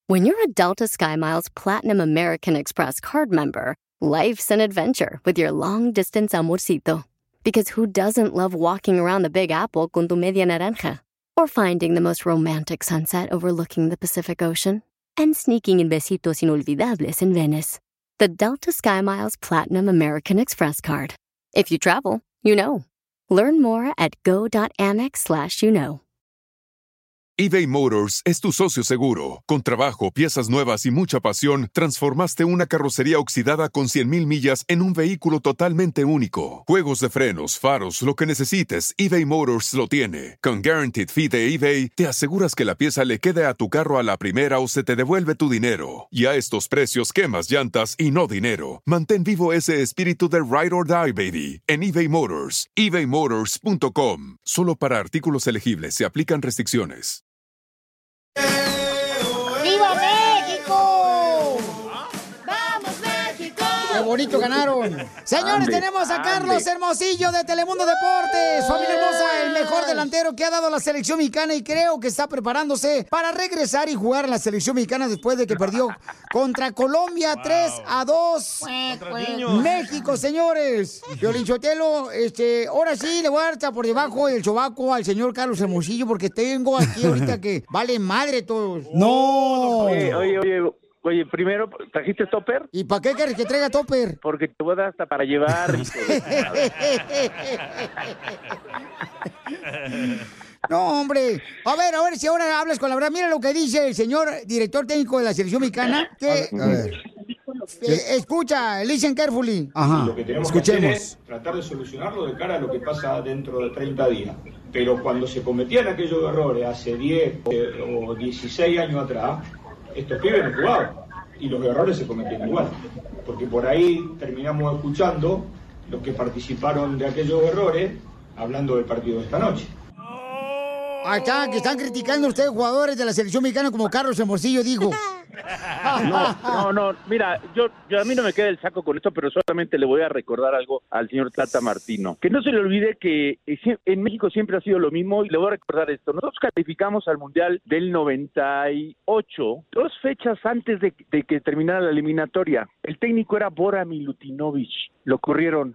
When you're a Delta SkyMiles Platinum American Express card member, life's an adventure with your long-distance amorcito. Because who doesn't love walking around the Big Apple con tu media naranja? Or finding the most romantic sunset overlooking the Pacific Ocean? And sneaking in besitos inolvidables in Venice. The Delta SkyMiles Platinum American Express card. If you travel, you know. Learn more at go.amex/you-know. eBay Motors es tu socio seguro. Con trabajo, piezas nuevas y mucha pasión, transformaste una carrocería oxidada con 100,000 millas en un vehículo totalmente único. Juegos de frenos, faros, lo que necesites, eBay Motors lo tiene. Con Guaranteed Fee de eBay, te aseguras que la pieza le quede a tu carro a la primera o se te devuelve tu dinero. Y a estos precios, quemas llantas y no dinero. Mantén vivo ese espíritu de Ride or Die, baby, en eBay Motors. ebaymotors.com. Solo para artículos elegibles se aplican restricciones. ¡Viva México! ¡Vamos, México! ¡Qué bonito ganaron! Señores, tenemos a Carlos Hermosillo de Telemundo Deportes. Familia hermosa, el mejor delantero que ha dado la selección mexicana y creo que está preparándose para regresar y jugar en la selección mexicana después de que perdió contra Colombia 3-2. México, señores. Piolín Sotelo, ahora sí le voy a dar hasta por debajo del sobaco al señor Carlos Hermosillo porque tengo aquí ahorita que vale madre todos. ¡No! Oye, primero, ¿trajiste topper? ¿Y para qué quieres que traiga topper? Porque te voy a dar hasta para llevar. No, hombre. A ver si ahora hablas con la verdad. Mira lo que dice el señor director técnico de la selección mexicana. A ver. Escucha, listen carefully. Ajá. Lo que tenemos que hacer es tratar de solucionarlo de cara a lo que pasa dentro de 30 días. Pero cuando se cometían aquellos errores hace 10 o 16 años atrás, estos pibes no jugaban y los errores se cometían igual, porque por ahí terminamos escuchando los que participaron de aquellos errores hablando del partido de esta noche. Acá, que están criticando ustedes jugadores de la selección mexicana como Carlos Hermosillo dijo. No, mira, yo a mí no me queda el saco con esto, pero solamente le voy a recordar algo al señor Tata Martino. Que no se le olvide que en México siempre ha sido lo mismo, y le voy a recordar esto. Nosotros calificamos al Mundial del 98, 2 fechas antes de que terminara la eliminatoria. El técnico era Bora Milutinovic. Lo corrieron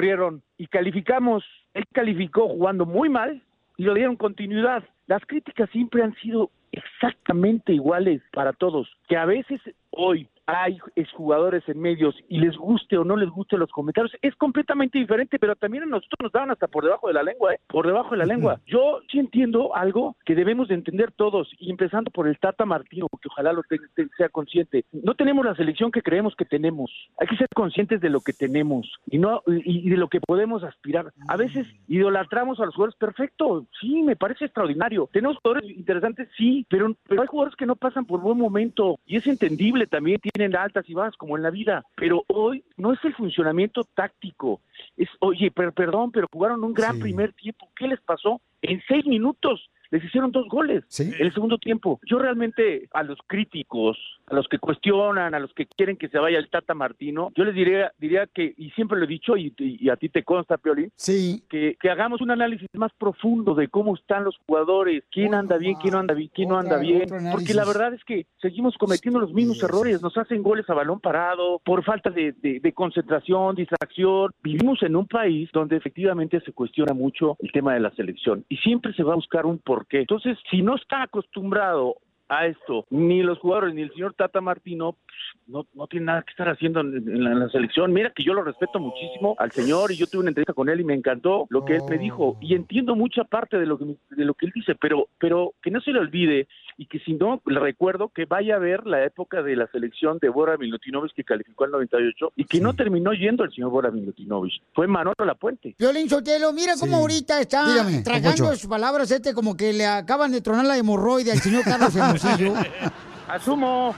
y calificamos. Él calificó jugando muy mal y le dieron continuidad. Las críticas siempre han sido exactamente iguales para todos, que a veces hoy hay exjugadores en medios y les guste o no les guste los comentarios, es completamente diferente, pero también a nosotros nos daban hasta por debajo de la lengua, por debajo de la lengua. Yo sí entiendo algo que debemos de entender todos, y empezando por el Tata Martino, que ojalá sea consciente. No tenemos la selección que creemos que tenemos. Hay que ser conscientes de lo que tenemos y de lo que podemos aspirar. A veces idolatramos a los jugadores, perfecto, sí, me parece extraordinario. Tenemos jugadores interesantes, sí, pero hay jugadores que no pasan por buen momento y es entendible también, tienen altas y bajas como en la vida, pero hoy no es el funcionamiento táctico, oye, perdón, pero jugaron un gran primer tiempo. ¿Qué les pasó? En 6 minutos les hicieron 2 goles en el segundo tiempo. Yo realmente a los críticos, a los que cuestionan, a los que quieren que se vaya el Tata Martino, yo les diría que, y siempre lo he dicho, y a ti te consta, Piolín, que hagamos un análisis más profundo de cómo están los jugadores, quién anda bien, quién no anda bien, porque la verdad es que seguimos cometiendo los mismos errores, nos hacen goles a balón parado, por falta de concentración, distracción. Vivimos en un país donde efectivamente se cuestiona mucho el tema de la selección, y siempre se va a buscar un porqué. Entonces, si no está acostumbrado a esto, ni los jugadores ni el señor Tata Martino, no tiene nada que estar haciendo en la selección. Mira que yo lo respeto muchísimo al señor, y yo tuve una entrevista con él y me encantó lo que él me dijo, y entiendo mucha parte de lo que él dice, pero que no se le olvide, y que si no, le recuerdo que vaya a ver la época de la selección de Bora Milutinovic, que calificó al 98, y que no terminó yendo el señor Bora Milutinovic, fue Manolo Lapuente. Piolín Sotelo, mira cómo ahorita está tragando sus palabras, como que le acaban de tronar la hemorroide al señor Carlos Hermosillo. Asumo.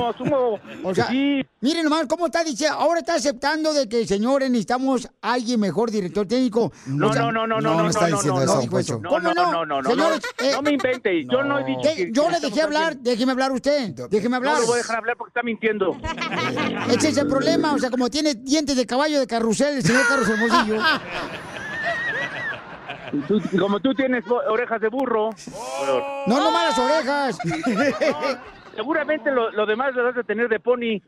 O sea, miren nomás cómo está diciendo, ahora está aceptando de que, señores, necesitamos a alguien mejor director técnico. No está diciendo eso, Poncho. ¿Cómo no? Señores, no me invente, yo no he dicho que... Yo le dejé hablar, déjeme hablar usted, déjeme hablar. No lo voy a dejar hablar porque está mintiendo. Ese es el problema, o sea, como tiene dientes de caballo de carrusel el señor Carlos Hermosillo. Como tú tienes orejas de burro. No malas orejas. seguramente lo demás lo vas a tener de pony.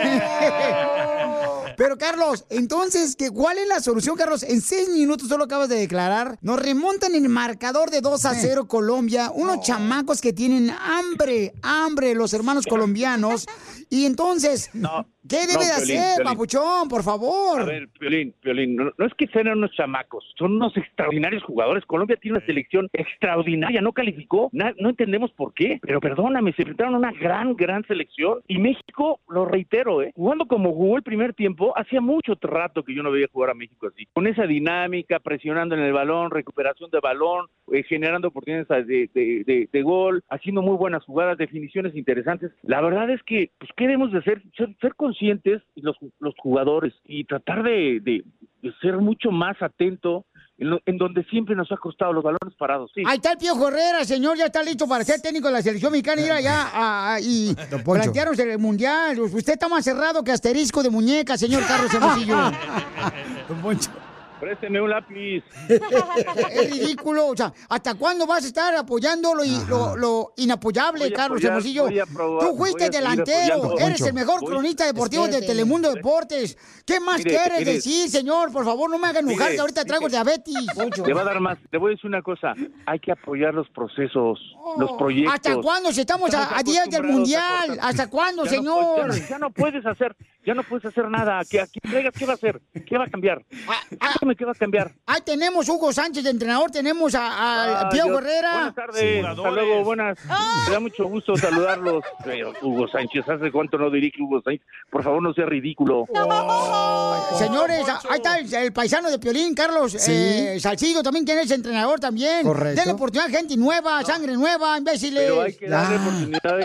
Pero, Carlos, entonces, ¿cuál es la solución, Carlos? En 6 minutos solo acabas de declarar. Nos remontan el marcador de 2-0 Colombia. Unos chamacos que tienen hambre, los hermanos colombianos. Y entonces, ¿qué debe de hacer, papuchón? Por favor. A ver, Piolín, no es que sean unos chamacos, son unos extraordinarios jugadores. Colombia tiene una selección extraordinaria, no calificó, no entendemos por qué, pero perdóname, se enfrentaron a una gran selección. Y México, lo reitero, jugando como jugó el primer tiempo, hacía mucho rato que yo no veía jugar a México así, con esa dinámica, presionando en el balón, recuperación de balón, generando oportunidades de gol, haciendo muy buenas jugadas, definiciones interesantes. La verdad es que, pues, ¿qué debemos de hacer? Ser conscientes, los jugadores, y tratar de ser mucho más atento en donde siempre nos ha costado los balones parados. Sí. Ahí está el Piojo Herrera, señor, ya está listo para ser técnico de la selección mexicana, ir allá y plantearnos el mundial. Usted está más cerrado que asterisco de muñeca, señor Carlos Hermosillo. Don Poncho. Présteme un lápiz. Es ridículo. O sea, ¿hasta cuándo vas a estar apoyando lo inapoyable, Carlos Hermosillo? Tú fuiste delantero, eres el mejor cronista deportivo de Telemundo Deportes. ¿Qué más quieres decir, señor? Por favor, no me haga enojar, que ahorita traigo diabetes. Le va a dar más. Le voy a decir una cosa. Hay que apoyar los procesos, los proyectos. ¿Hasta cuándo? Si estamos a días del mundial. ¿Hasta cuándo, señor? Ya no puedes hacer nada. ¿Qué va a hacer? ¿Qué va a cambiar? ¿Qué va a cambiar? Ahí tenemos Hugo Sánchez de entrenador, tenemos a Piojo Herrera. Buenas tardes, hasta luego, buenas. Me da mucho gusto saludarlos. Hugo Sánchez, ¿hace cuánto no dirige Hugo Sánchez? Por favor, no sea ridículo. Señores, ahí está el paisano de Piolín, Carlos Salcido, también tiene ese entrenador también. Correcto. Denle oportunidad a gente nueva, sangre nueva, imbéciles. Pero hay que darle oportunidad,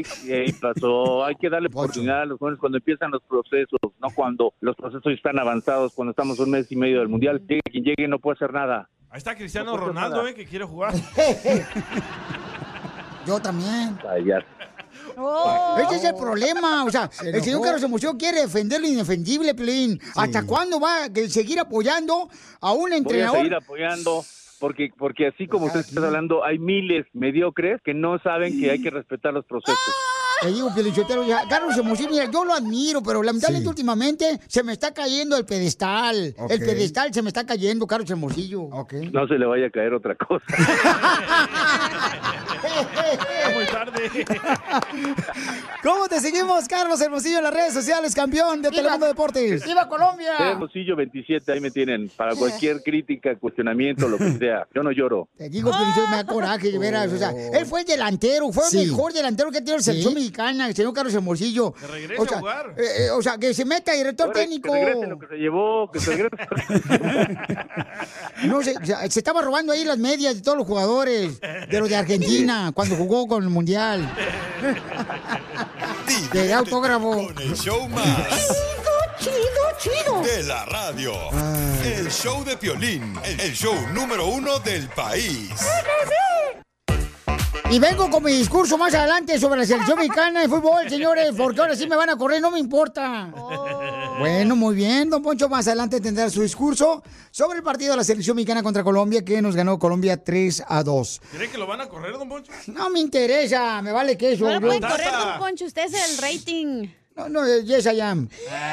hay que darle oportunidad a los jóvenes cuando empiezan los procesos, no cuando los procesos están avanzados, cuando estamos un mes y medio del mundial. Llegue quien llegue, no puede hacer nada. Ahí está Cristiano Ronaldo, que quiere jugar. Yo también. Callar. Ese es el problema. O sea, el señor Carlos Hermosillo quiere defender lo indefendible, Pelín. Sí. ¿Hasta cuándo va a seguir apoyando a un entrenador? Voy a seguir apoyando. Porque así como usted está hablando, hay miles mediocres que no saben que hay que respetar los procesos. Te digo, Piolichotero, Carlos Hermosillo, mira, yo lo admiro, pero lamentablemente últimamente se me está cayendo el pedestal. Okay. El pedestal se me está cayendo, Carlos Hermosillo. Okay. No se le vaya a caer otra cosa. Muy tarde. ¿Cómo te seguimos, Carlos Hermosillo, en las redes sociales, campeón de Telemundo Deportes? ¡Viva Colombia! Hermosillo 27, ahí me tienen. Para cualquier crítica, cuestionamiento, lo que sea. Yo no lloro. Te digo, Piolichotero, me da coraje, de veras. O sea, él fue el delantero, fue el mejor delantero que tiene la selección mexicana, el señor Carlos Hermosillo. Que regrese a jugar. O sea, que se meta director técnico. Que regrese lo que se llevó, que se regrese. No, se estaba robando ahí las medias de todos los jugadores, de los de Argentina, cuando jugó con el Mundial. De autógrafo. Con el show más chido de la radio. El show de Piolín, el show número 1 del país. Y vengo con mi discurso más adelante sobre la selección mexicana de fútbol, señores, porque ahora sí me van a correr, no me importa. Bueno, muy bien, don Poncho, más adelante tendrá su discurso sobre el partido de la selección mexicana contra Colombia, que nos ganó Colombia 3-2. ¿Cree que lo van a correr, don Poncho? No me interesa, me vale queso. No lo pueden correr, don Poncho, usted es el rating. No, yes I am.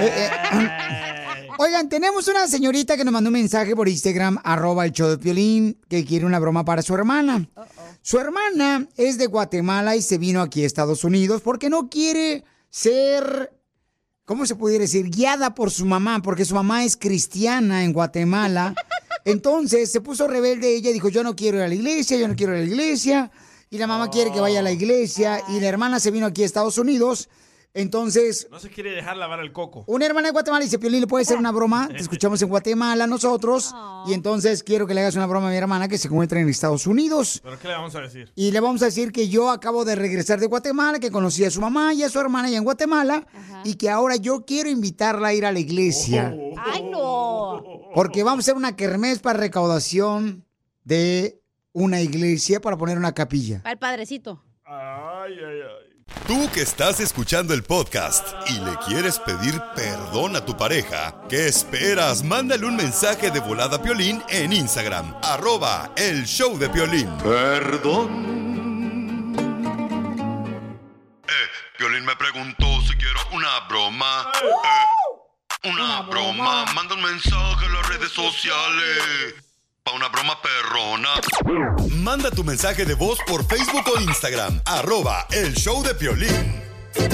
Oigan, tenemos una señorita que nos mandó un mensaje por Instagram, @el show de Piolín, que quiere una broma para su hermana. Su hermana es de Guatemala y se vino aquí a Estados Unidos porque no quiere ser, ¿cómo se pudiera decir? Guiada por su mamá, porque su mamá es cristiana en Guatemala. Entonces se puso rebelde ella y dijo, yo no quiero ir a la iglesia, yo no quiero ir a la iglesia. Y la mamá quiere que vaya a la iglesia y la hermana se vino aquí a Estados Unidos. Entonces... no se quiere dejar lavar el coco. Una hermana de Guatemala dice, Piolín, ¿le puede hacer una broma? Te escuchamos en Guatemala nosotros. Y entonces quiero que le hagas una broma a mi hermana que se encuentra en Estados Unidos. ¿Pero qué le vamos a decir? Y le vamos a decir que yo acabo de regresar de Guatemala, que conocí a su mamá y a su hermana allá en Guatemala. Y que ahora yo quiero invitarla a ir a la iglesia. ¡Ay, no! Porque vamos a hacer una kermés para recaudación de una iglesia para poner una capilla. Al padrecito. Ay, ay, ay. Tú que estás escuchando el podcast y le quieres pedir perdón a tu pareja, ¿qué esperas? Mándale un mensaje de volada a Piolín en Instagram, @el show de Piolín. Perdón. Piolín me preguntó si quiero una broma. Una broma. Manda un mensaje a las redes sociales. Pa' una broma perrona. Manda tu mensaje de voz por Facebook o Instagram. @El Show de Piolín.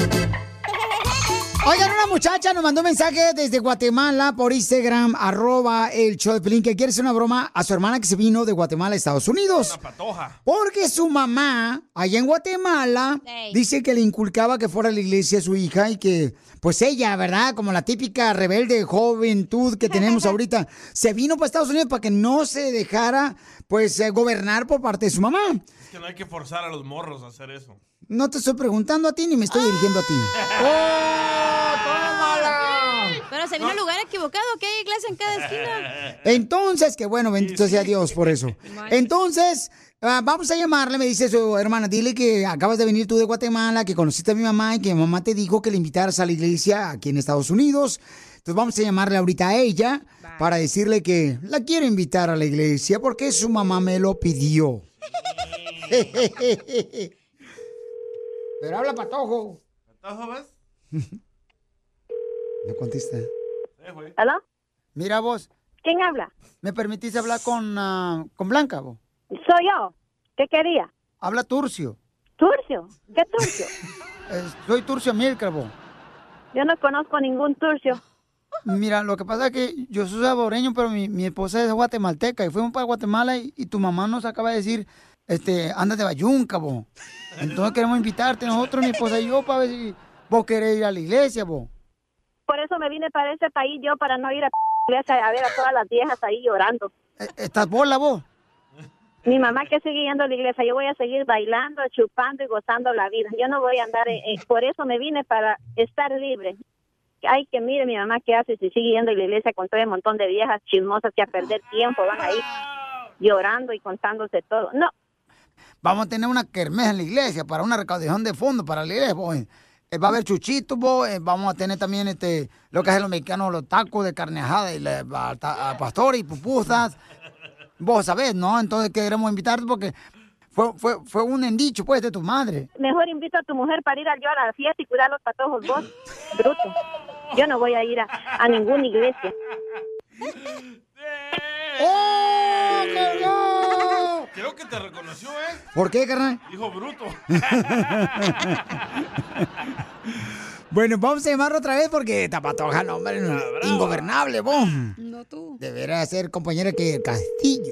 Oigan, una muchacha nos mandó un mensaje desde Guatemala por Instagram, @el show de Piolín, que quiere hacer una broma a su hermana que se vino de Guatemala a Estados Unidos. Una patoja. Porque su mamá, allá en Guatemala, dice que le inculcaba que fuera a la iglesia a su hija y que, pues ella, ¿verdad? Como la típica rebelde juventud que tenemos ahorita, se vino para Estados Unidos para que no se dejara, pues, gobernar por parte de su mamá. Es que no hay que forzar a los morros a hacer eso. No te estoy preguntando a ti ni me estoy dirigiendo a ti. ¡Oh, tómala! Pero se vino al lugar equivocado, que hay iglesia en cada esquina. Entonces, que bueno, bendito sea Dios por eso. Entonces, vamos a llamarle, me dice su hermana, dile que acabas de venir tú de Guatemala, que conociste a mi mamá y que mi mamá te dijo que le invitaras a la iglesia aquí en Estados Unidos. Entonces vamos a llamarle ahorita a ella para decirle que la quiero invitar a la iglesia porque su mamá me lo pidió. Pero habla patojo. ¿Patojo ves? No contesta. ¿Aló? Mira vos. ¿Quién habla? ¿Me permitís hablar con Blanca, vos? Soy yo. ¿Qué quería? Habla Turcio. ¿Turcio? ¿Qué Turcio? Soy Turcio Milcar, vos. Yo no conozco ningún Turcio. Mira, lo que pasa es que yo soy saboreño, pero mi esposa es guatemalteca y fuimos para Guatemala y tu mamá nos acaba de decir, anda de Bayunca, vos. Entonces queremos invitarte nosotros, mi esposa y yo, para ver si vos querés ir a la iglesia, vos. Por eso me vine para ese país yo, para no ir a la iglesia a ver a todas las viejas ahí llorando. ¿Estás bola, vos? Mi mamá que sigue yendo a la iglesia, yo voy a seguir bailando, chupando y gozando la vida. Yo no voy a andar, por eso me vine para estar libre. Ay, que mire mi mamá qué hace si sigue yendo a la iglesia con todo el montón de viejas chismosas que a perder tiempo van ahí llorando y contándose todo. No. Vamos a tener una kermés en la iglesia para una recaudación de fondos para la iglesia, vos. Va a haber chuchitos, vos. Vamos a tener también lo que hacen los mexicanos, los tacos de carne ajada y pastor y pupusas. Vos sabés, ¿no? Entonces queremos invitarte porque fue un endicho, pues, de tu madre. Mejor invito a tu mujer para ir a la fiesta y cuidar los patojos vos, bruto. Yo no voy a ir a ninguna iglesia. ¡Oh, carnal! Creo que te reconoció, ¿eh? ¿Por qué, carnal? Dijo bruto. Bueno, vamos a llamarlo otra vez porque Tapatoja, no, hombre, ingobernable, vos. No tú. Deberá ser compañera que el Castillo.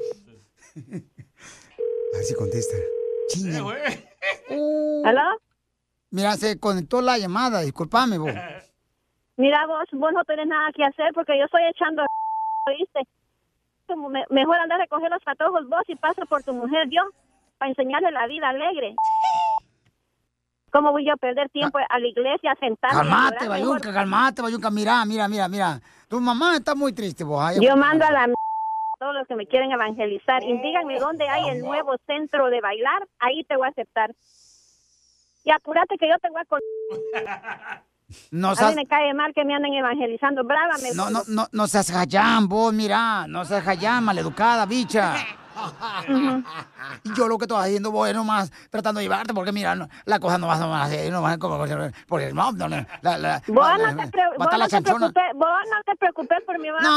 A ver si contesta. Chinga. ¿Aló? Mira, se conectó la llamada, discúlpame, vos. Mira, vos no tenés nada que hacer porque yo estoy echando, ¿oíste? Mejor andar a recoger los patojos vos y paso por tu mujer yo, para enseñarle la vida alegre. ¿Cómo voy yo a perder tiempo a la iglesia sentada? Calmate, Bayunca, mira. Tu mamá está muy triste, vos. Yo mando a todos los que me quieren evangelizar y díganme dónde hay el nuevo centro de bailar, ahí te voy a aceptar. Y apúrate que yo te voy a a mí me cae mal que me anden evangelizando, brávame. No seas jayán, vos, mira, no seas jayán, maleducada, bicha. Y yo lo que estoy haciendo, vos, es nomás tratando de llevarte, porque mira, la cosa no va a ser, no va como por el mob, vos no te preocupes por mi mamá.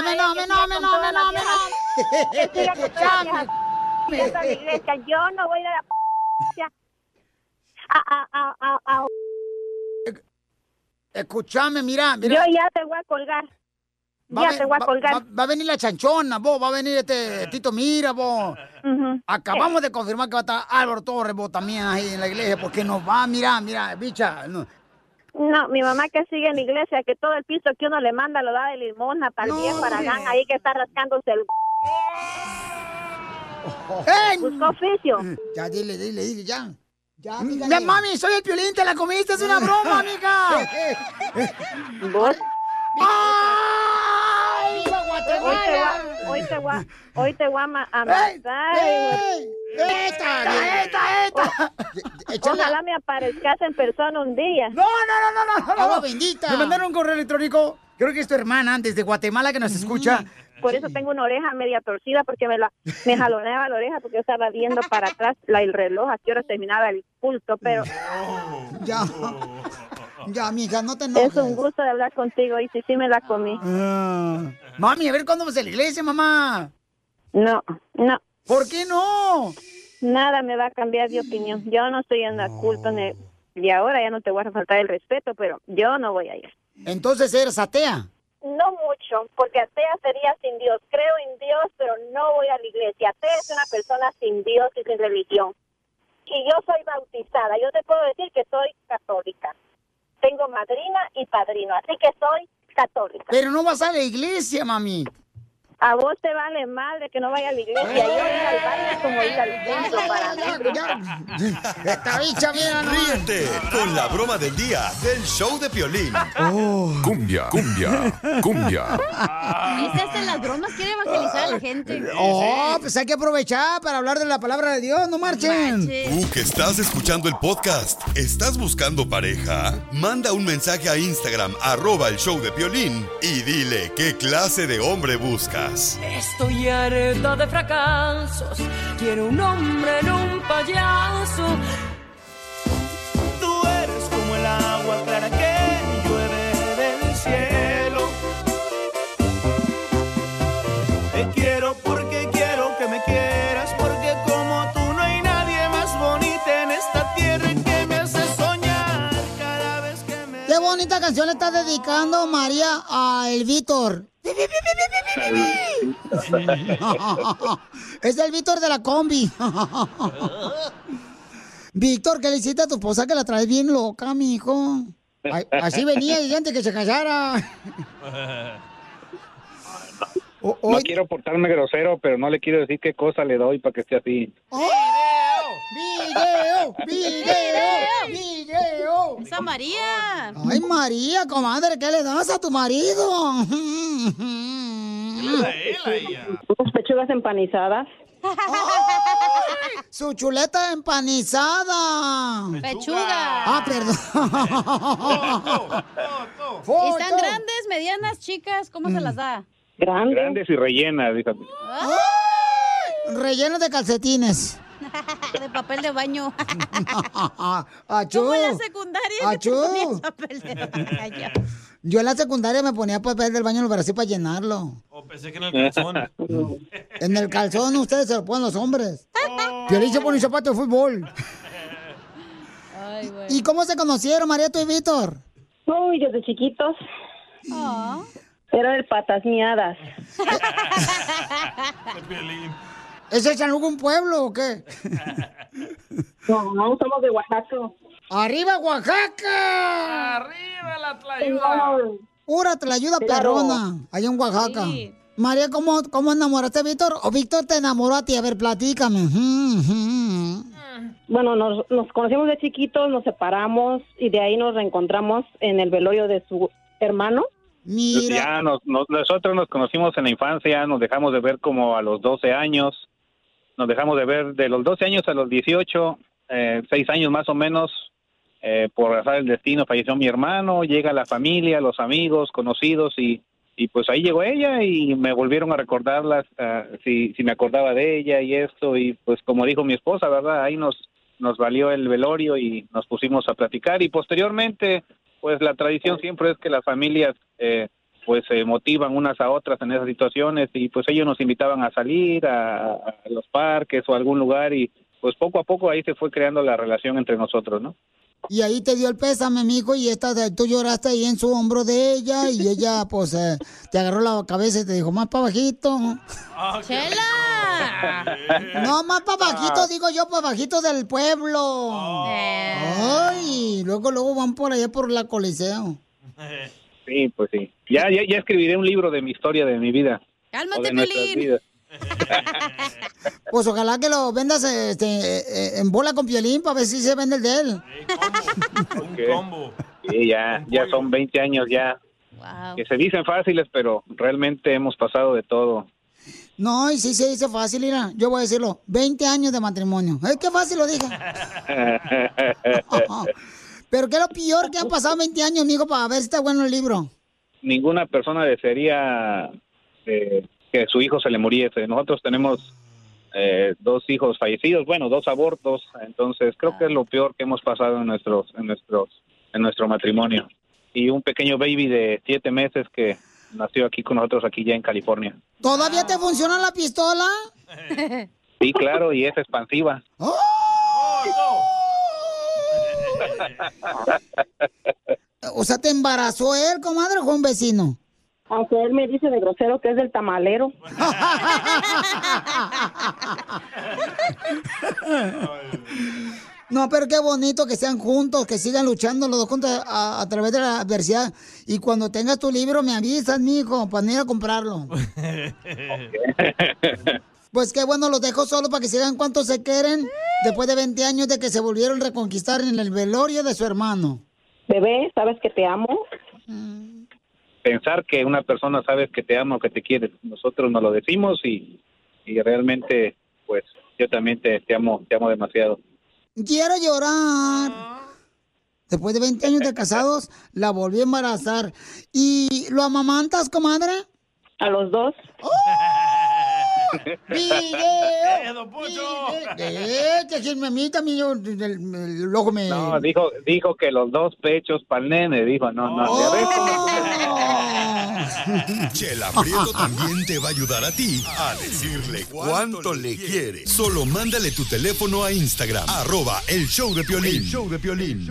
Yo no voy a la Escúchame, mira. Yo ya te voy a colgar. Va a venir la chanchona, vos. Va a venir Tito Mira, vos. Acabamos de confirmar que va a estar Álvaro Torres, vos también ahí en la iglesia, porque nos va, mira, bicha. No, mi mamá que sigue en la iglesia, que todo el piso que uno le manda lo da de limosna para el bien, para gan, ahí que está rascándose el... Busca oficio. Ya, dile, ya. Ya, mami, soy el Piolín, te la comiste, es una broma, amiga. ¿Vos? ¡Ay! Hoy te voy a matar. ¡Esta! Ojalá me aparezcas en persona un día. No. Agua bendita. Me mandaron un correo electrónico, creo que es tu hermana, desde Guatemala, que nos escucha. por eso tengo una oreja media torcida, porque me jaloneaba la oreja, porque yo estaba viendo para atrás el reloj, a qué hora terminaba el culto, pero... Ya, mija, no te enojes. Es un gusto de hablar contigo, y sí me la comí. Mami, a ver, ¿cuándo vamos a la iglesia, mamá? No. ¿Por qué no? Nada me va a cambiar de opinión. Yo no estoy en la culpa y ahora ya no te voy a faltar el respeto, pero yo no voy a ir. Entonces, ¿eres atea? No mucho, porque atea sería sin Dios. Creo en Dios, pero no voy a la iglesia. Atea es una persona sin Dios y sin religión. Y yo soy bautizada. Yo te puedo decir que soy católica. Tengo madrina y padrino, así que soy católica. Pero no vas a la iglesia, mami. A vos te vale madre que no vaya a la iglesia. Yo ir al baile es como ir al templo para mí. Esta bicha, mira, no. Ríete con la broma del día del show de Piolín. Cumbia. Estas en las bromas quiere evangelizar a la gente. Pues hay que aprovechar para hablar de la palabra de Dios, no marchen. Tú que estás escuchando el podcast, ¿estás buscando pareja? Manda un mensaje a Instagram, @el show de Piolín, y dile qué clase de hombre buscas. Estoy harta de fracasos, quiero un hombre en un payaso. Tú eres como el agua clara que llueve del cielo. Te quiero porque quiero que me quieras, porque como tú no hay nadie más bonita en esta tierra que me hace soñar cada vez que me... Qué bonita canción le está dedicando María a el Víctor. Es el Víctor de la combi. Víctor, ¿qué le hiciste a tu esposa que la traes bien loca, mijo? Así venía y antes que se casara. No quiero portarme grosero, pero no le quiero decir qué cosa le doy para que esté así. ¡Video! ¡Esa María! Ay, María, comadre, ¿qué le das a tu marido? Unas pechugas empanizadas. ¡Su chuleta empanizada! ¡Pechuga! Perdón. ¿Están grandes, medianas, chicas? ¿Cómo se las da? Grandes y rellenas, fíjate. Rellenos de calcetines. De papel de baño. Achú. Como en la secundaria que te Achú. ponías papel de baño. Yo en la secundaria me ponía papel del baño en el brazo para llenarlo. Pensé que en el calzón. En el calzón ustedes se lo ponen los hombres. Piolín se pone un zapato de fútbol. Ay, güey. ¿Y cómo se conocieron, María, tú y Víctor? Uy, desde chiquitos. Oh. Era de patas miadas. ¿Es en algún pueblo o qué? No, somos de Oaxaca. ¡Arriba, Oaxaca! ¡Arriba la tlayuda! ¡Pura tlayuda perrona! Allá en Oaxaca. Sí. María, ¿cómo enamoraste a Víctor? ¿O Víctor te enamoró a ti? A ver, platícame. Bueno, nos conocimos de chiquitos, nos separamos y de ahí nos reencontramos en el velorio de su hermano. Mira. Ya nosotros nos conocimos en la infancia, nos dejamos de ver como a los 12 años. Nos dejamos de ver de los 12 años a los 18, 6 años más o menos. Por azar del destino falleció mi hermano, llega la familia, los amigos, conocidos y pues ahí llegó ella y me volvieron a recordarlas, si me acordaba de ella y esto, y pues como dijo mi esposa, ¿verdad? Ahí nos valió el velorio y nos pusimos a platicar y posteriormente pues la tradición siempre es que las familias pues se motivan unas a otras en esas situaciones y pues ellos nos invitaban a salir a los parques o a algún lugar y pues poco a poco ahí se fue creando la relación entre nosotros, ¿no? Y ahí te dio el pésame, mijo, y tú lloraste ahí en su hombro de ella y ella pues te agarró la cabeza y te dijo, más para bajito. ¡Chela! No, más para bajito, digo yo, para bajito del pueblo. Ay, luego van por allá por la Coliseo. Sí, pues sí. Ya escribiré un libro de mi historia, de mi vida. ¡Cálmate, Piolín! Pues ojalá que lo vendas en bola con Piolín para ver si se vende el de él. Un combo. Sí, ya son 20 años ya. Wow. Que se dicen fáciles, pero realmente hemos pasado de todo. No, y sí se dice fácil, mira, yo voy a decirlo, 20 años de matrimonio. Qué fácil lo dije. Pero ¿qué es lo peor que han pasado 20 años, amigo, para ver si está bueno el libro? Ninguna persona desearía que su hijo se le muriese. Nosotros tenemos 2 hijos fallecidos, bueno, 2 abortos, entonces creo que es lo peor que hemos pasado en nuestro matrimonio. Y un pequeño baby de 7 meses que nació aquí con nosotros, aquí ya en California. ¿Todavía te funciona la pistola? Sí, claro, y es expansiva. ¡Oh! O sea, ¿te embarazó él, comadre, o fue un vecino? Aunque él me dice de grosero que es del tamalero. No, pero qué bonito que sean juntos, que sigan luchando los dos juntos a través de la adversidad. Y cuando tengas tu libro, me avisas, mijo, para ir a comprarlo. Pues qué bueno, los dejo solo para que sigan cuánto se quieren después de 20 años de que se volvieron a reconquistar en el velorio de su hermano. Bebé, ¿sabes que te amo? Pensar que una persona sabe que te ama o que te quiere, nosotros nos lo decimos y realmente, pues, yo también te amo demasiado. Quiero llorar. Después de 20 años de casados, la volví a embarazar. ¿Y lo amamantas, comadre? A los 2. ¡Oh! ¡Video! ¡Don Poncho! ¡Que chisme a mí también! Luego me... No, dijo que los 2 pechos para el nene, dijo, no. Chela Prieto también te va a ayudar a ti a decirle cuánto le quiere. Solo mándale tu teléfono a Instagram, @elshowdepiolín. El show de Piolín.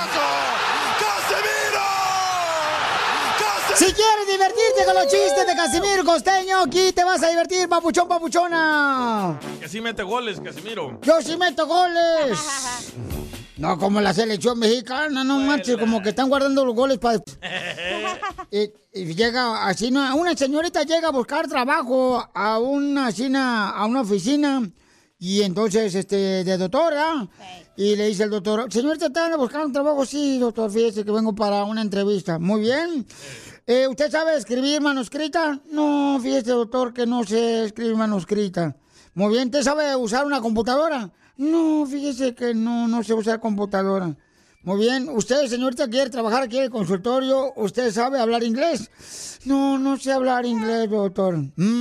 Si quieres divertirte con los chistes de Casimiro Costeño, aquí te vas a divertir, papuchón, papuchona. Que sí mete goles, Casimiro. Yo sí meto goles. No como la selección mexicana, no manches, como que están guardando los goles para... y llega así, una señorita llega a buscar trabajo a una oficina, y entonces, de doctora, y le dice el doctor, señorita, ¿están buscando un trabajo? Sí, doctor, fíjese que vengo para una entrevista. Muy bien. ¿Usted sabe escribir manuscrita? No, fíjese, doctor, que no sé escribir manuscrita. Muy bien. ¿Usted sabe usar una computadora? No, fíjese que no sé usar computadora. Muy bien. ¿Usted, señorita, quiere trabajar aquí en el consultorio? ¿Usted sabe hablar inglés? No sé hablar inglés, doctor.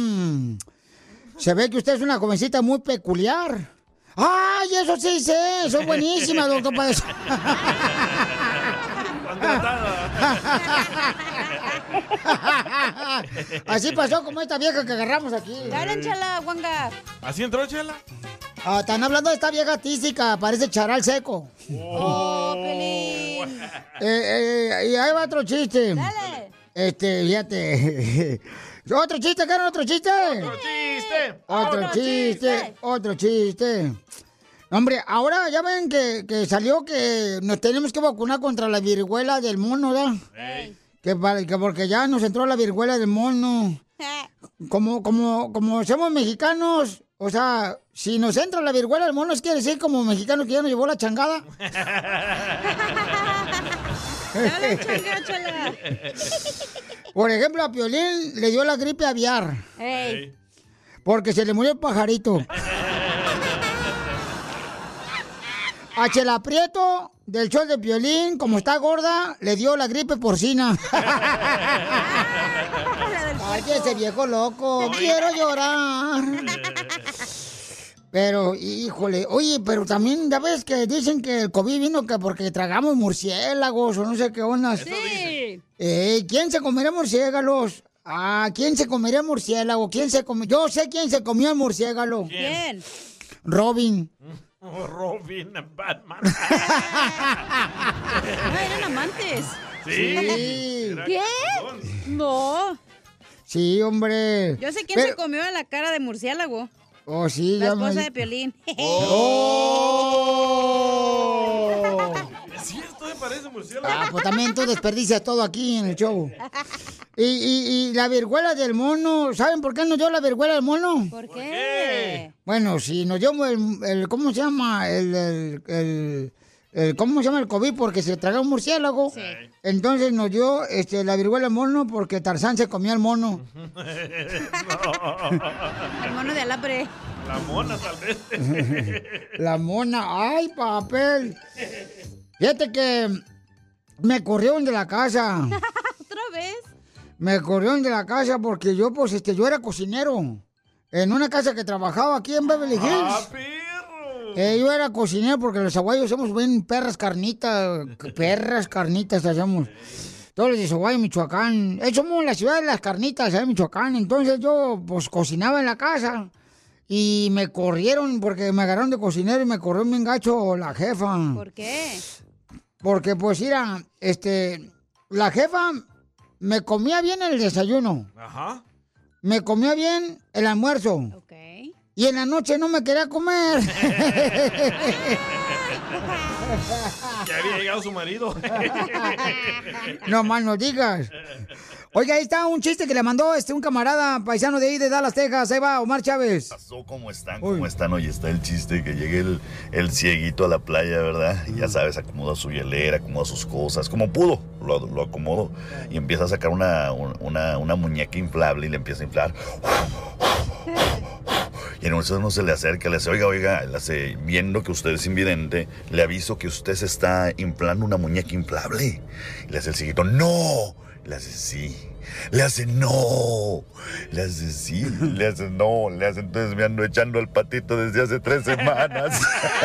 Se ve que usted es una jovencita muy peculiar. ¡Ay, eso sí sé! ¡Eso es buenísima, doctor, para eso! Así pasó como esta vieja que agarramos aquí. Dale, Chela, Juanga. ¿Así entró, Chela? Están hablando de esta vieja tísica, parece charal seco. ¡Oh, Pelín! Y ahí va otro chiste. Dale. Fíjate. ¿Otro chiste, Karen? ¿Otro chiste? Otro chiste. Hombre, ahora ya ven que salió que nos tenemos que vacunar contra la viruela del mono, ¿verdad? Que porque ya nos entró la viruela del mono. Como somos mexicanos, o sea, si nos entra la viruela del mono, ¿es quiere decir como mexicanos que ya nos llevó la changada? Dale, changada. Por ejemplo, a Piolín le dio la gripe aviar. Ey. Porque se le murió el pajarito. A Chela Prieto, del show de Piolín, como está gorda, le dio la gripe porcina. Ay, ese viejo loco, quiero llorar. Pero, híjole, oye, pero también, ya ves que dicen que el COVID vino que porque tragamos murciélagos o no sé qué onda. Sí. ¿Quién se comería murciélagos? ¿Quién se comería murciélago? Yo sé quién se comió el murciélago. ¿Quién? Robin. Robin, Batman. No, eran amantes. Sí. ¿Qué? No. Sí, hombre. Yo sé quién se comió la cara de murciélago. Oh, sí. La esposa de Piolín. ¡Oh! Es cierto, me parece murciélago. Pues también tú desperdicias todo aquí en el show. Y la viruela del mono, ¿saben por qué nos dio la viruela del mono? ¿Por qué? Bueno, si nos dio el ¿cómo se llama? ¿Cómo se llama el COVID? Porque se tragó un murciélago. Sí. Entonces nos dio la viruela del mono porque Tarzán se comió al mono. El mono de alambre. La mona, tal vez. La mona. ¡Ay, papel! Fíjate que me corrieron de la casa. ¿Otra vez? Me corrieron de la casa porque yo, pues, yo era cocinero. En una casa que trabajaba aquí en Beverly Hills. Yo era cocinero porque los aguayos somos bien perras carnitas hacemos. Todos los de Zaguayo, Michoacán. Somos la ciudad de las carnitas, Michoacán. Entonces yo, pues, cocinaba en la casa. Y me corrieron porque me agarraron de cocinero y me corrió bien gacho la jefa. ¿Por qué? Porque, pues, mira, la jefa me comía bien el desayuno. Ajá. Me comía bien el almuerzo. Ok. Y en la noche no me quería comer. Ya había llegado su marido. No más no digas. Oiga, ahí está un chiste que le mandó un camarada paisano de ahí de Dallas, Texas. Ahí va, Omar Chávez. ¿Cómo están? ¿Cómo están? Oye, está el chiste que llegue el cieguito a la playa, ¿verdad? Y ya sabes, acomoda su hielera, acomoda sus cosas, como pudo, lo acomodo. Y empieza a sacar una muñeca inflable y le empieza a inflar. Y en eso no se le acerca, le dice, oiga, le hace, viendo que usted es invidente, le aviso que usted se está inflando una muñeca inflable. Y le hace el cieguito, ¡no! Le hace sí. Le hace no. Le hace sí. Le hace no. Le hace entonces me ando echando el patito desde hace 3 semanas.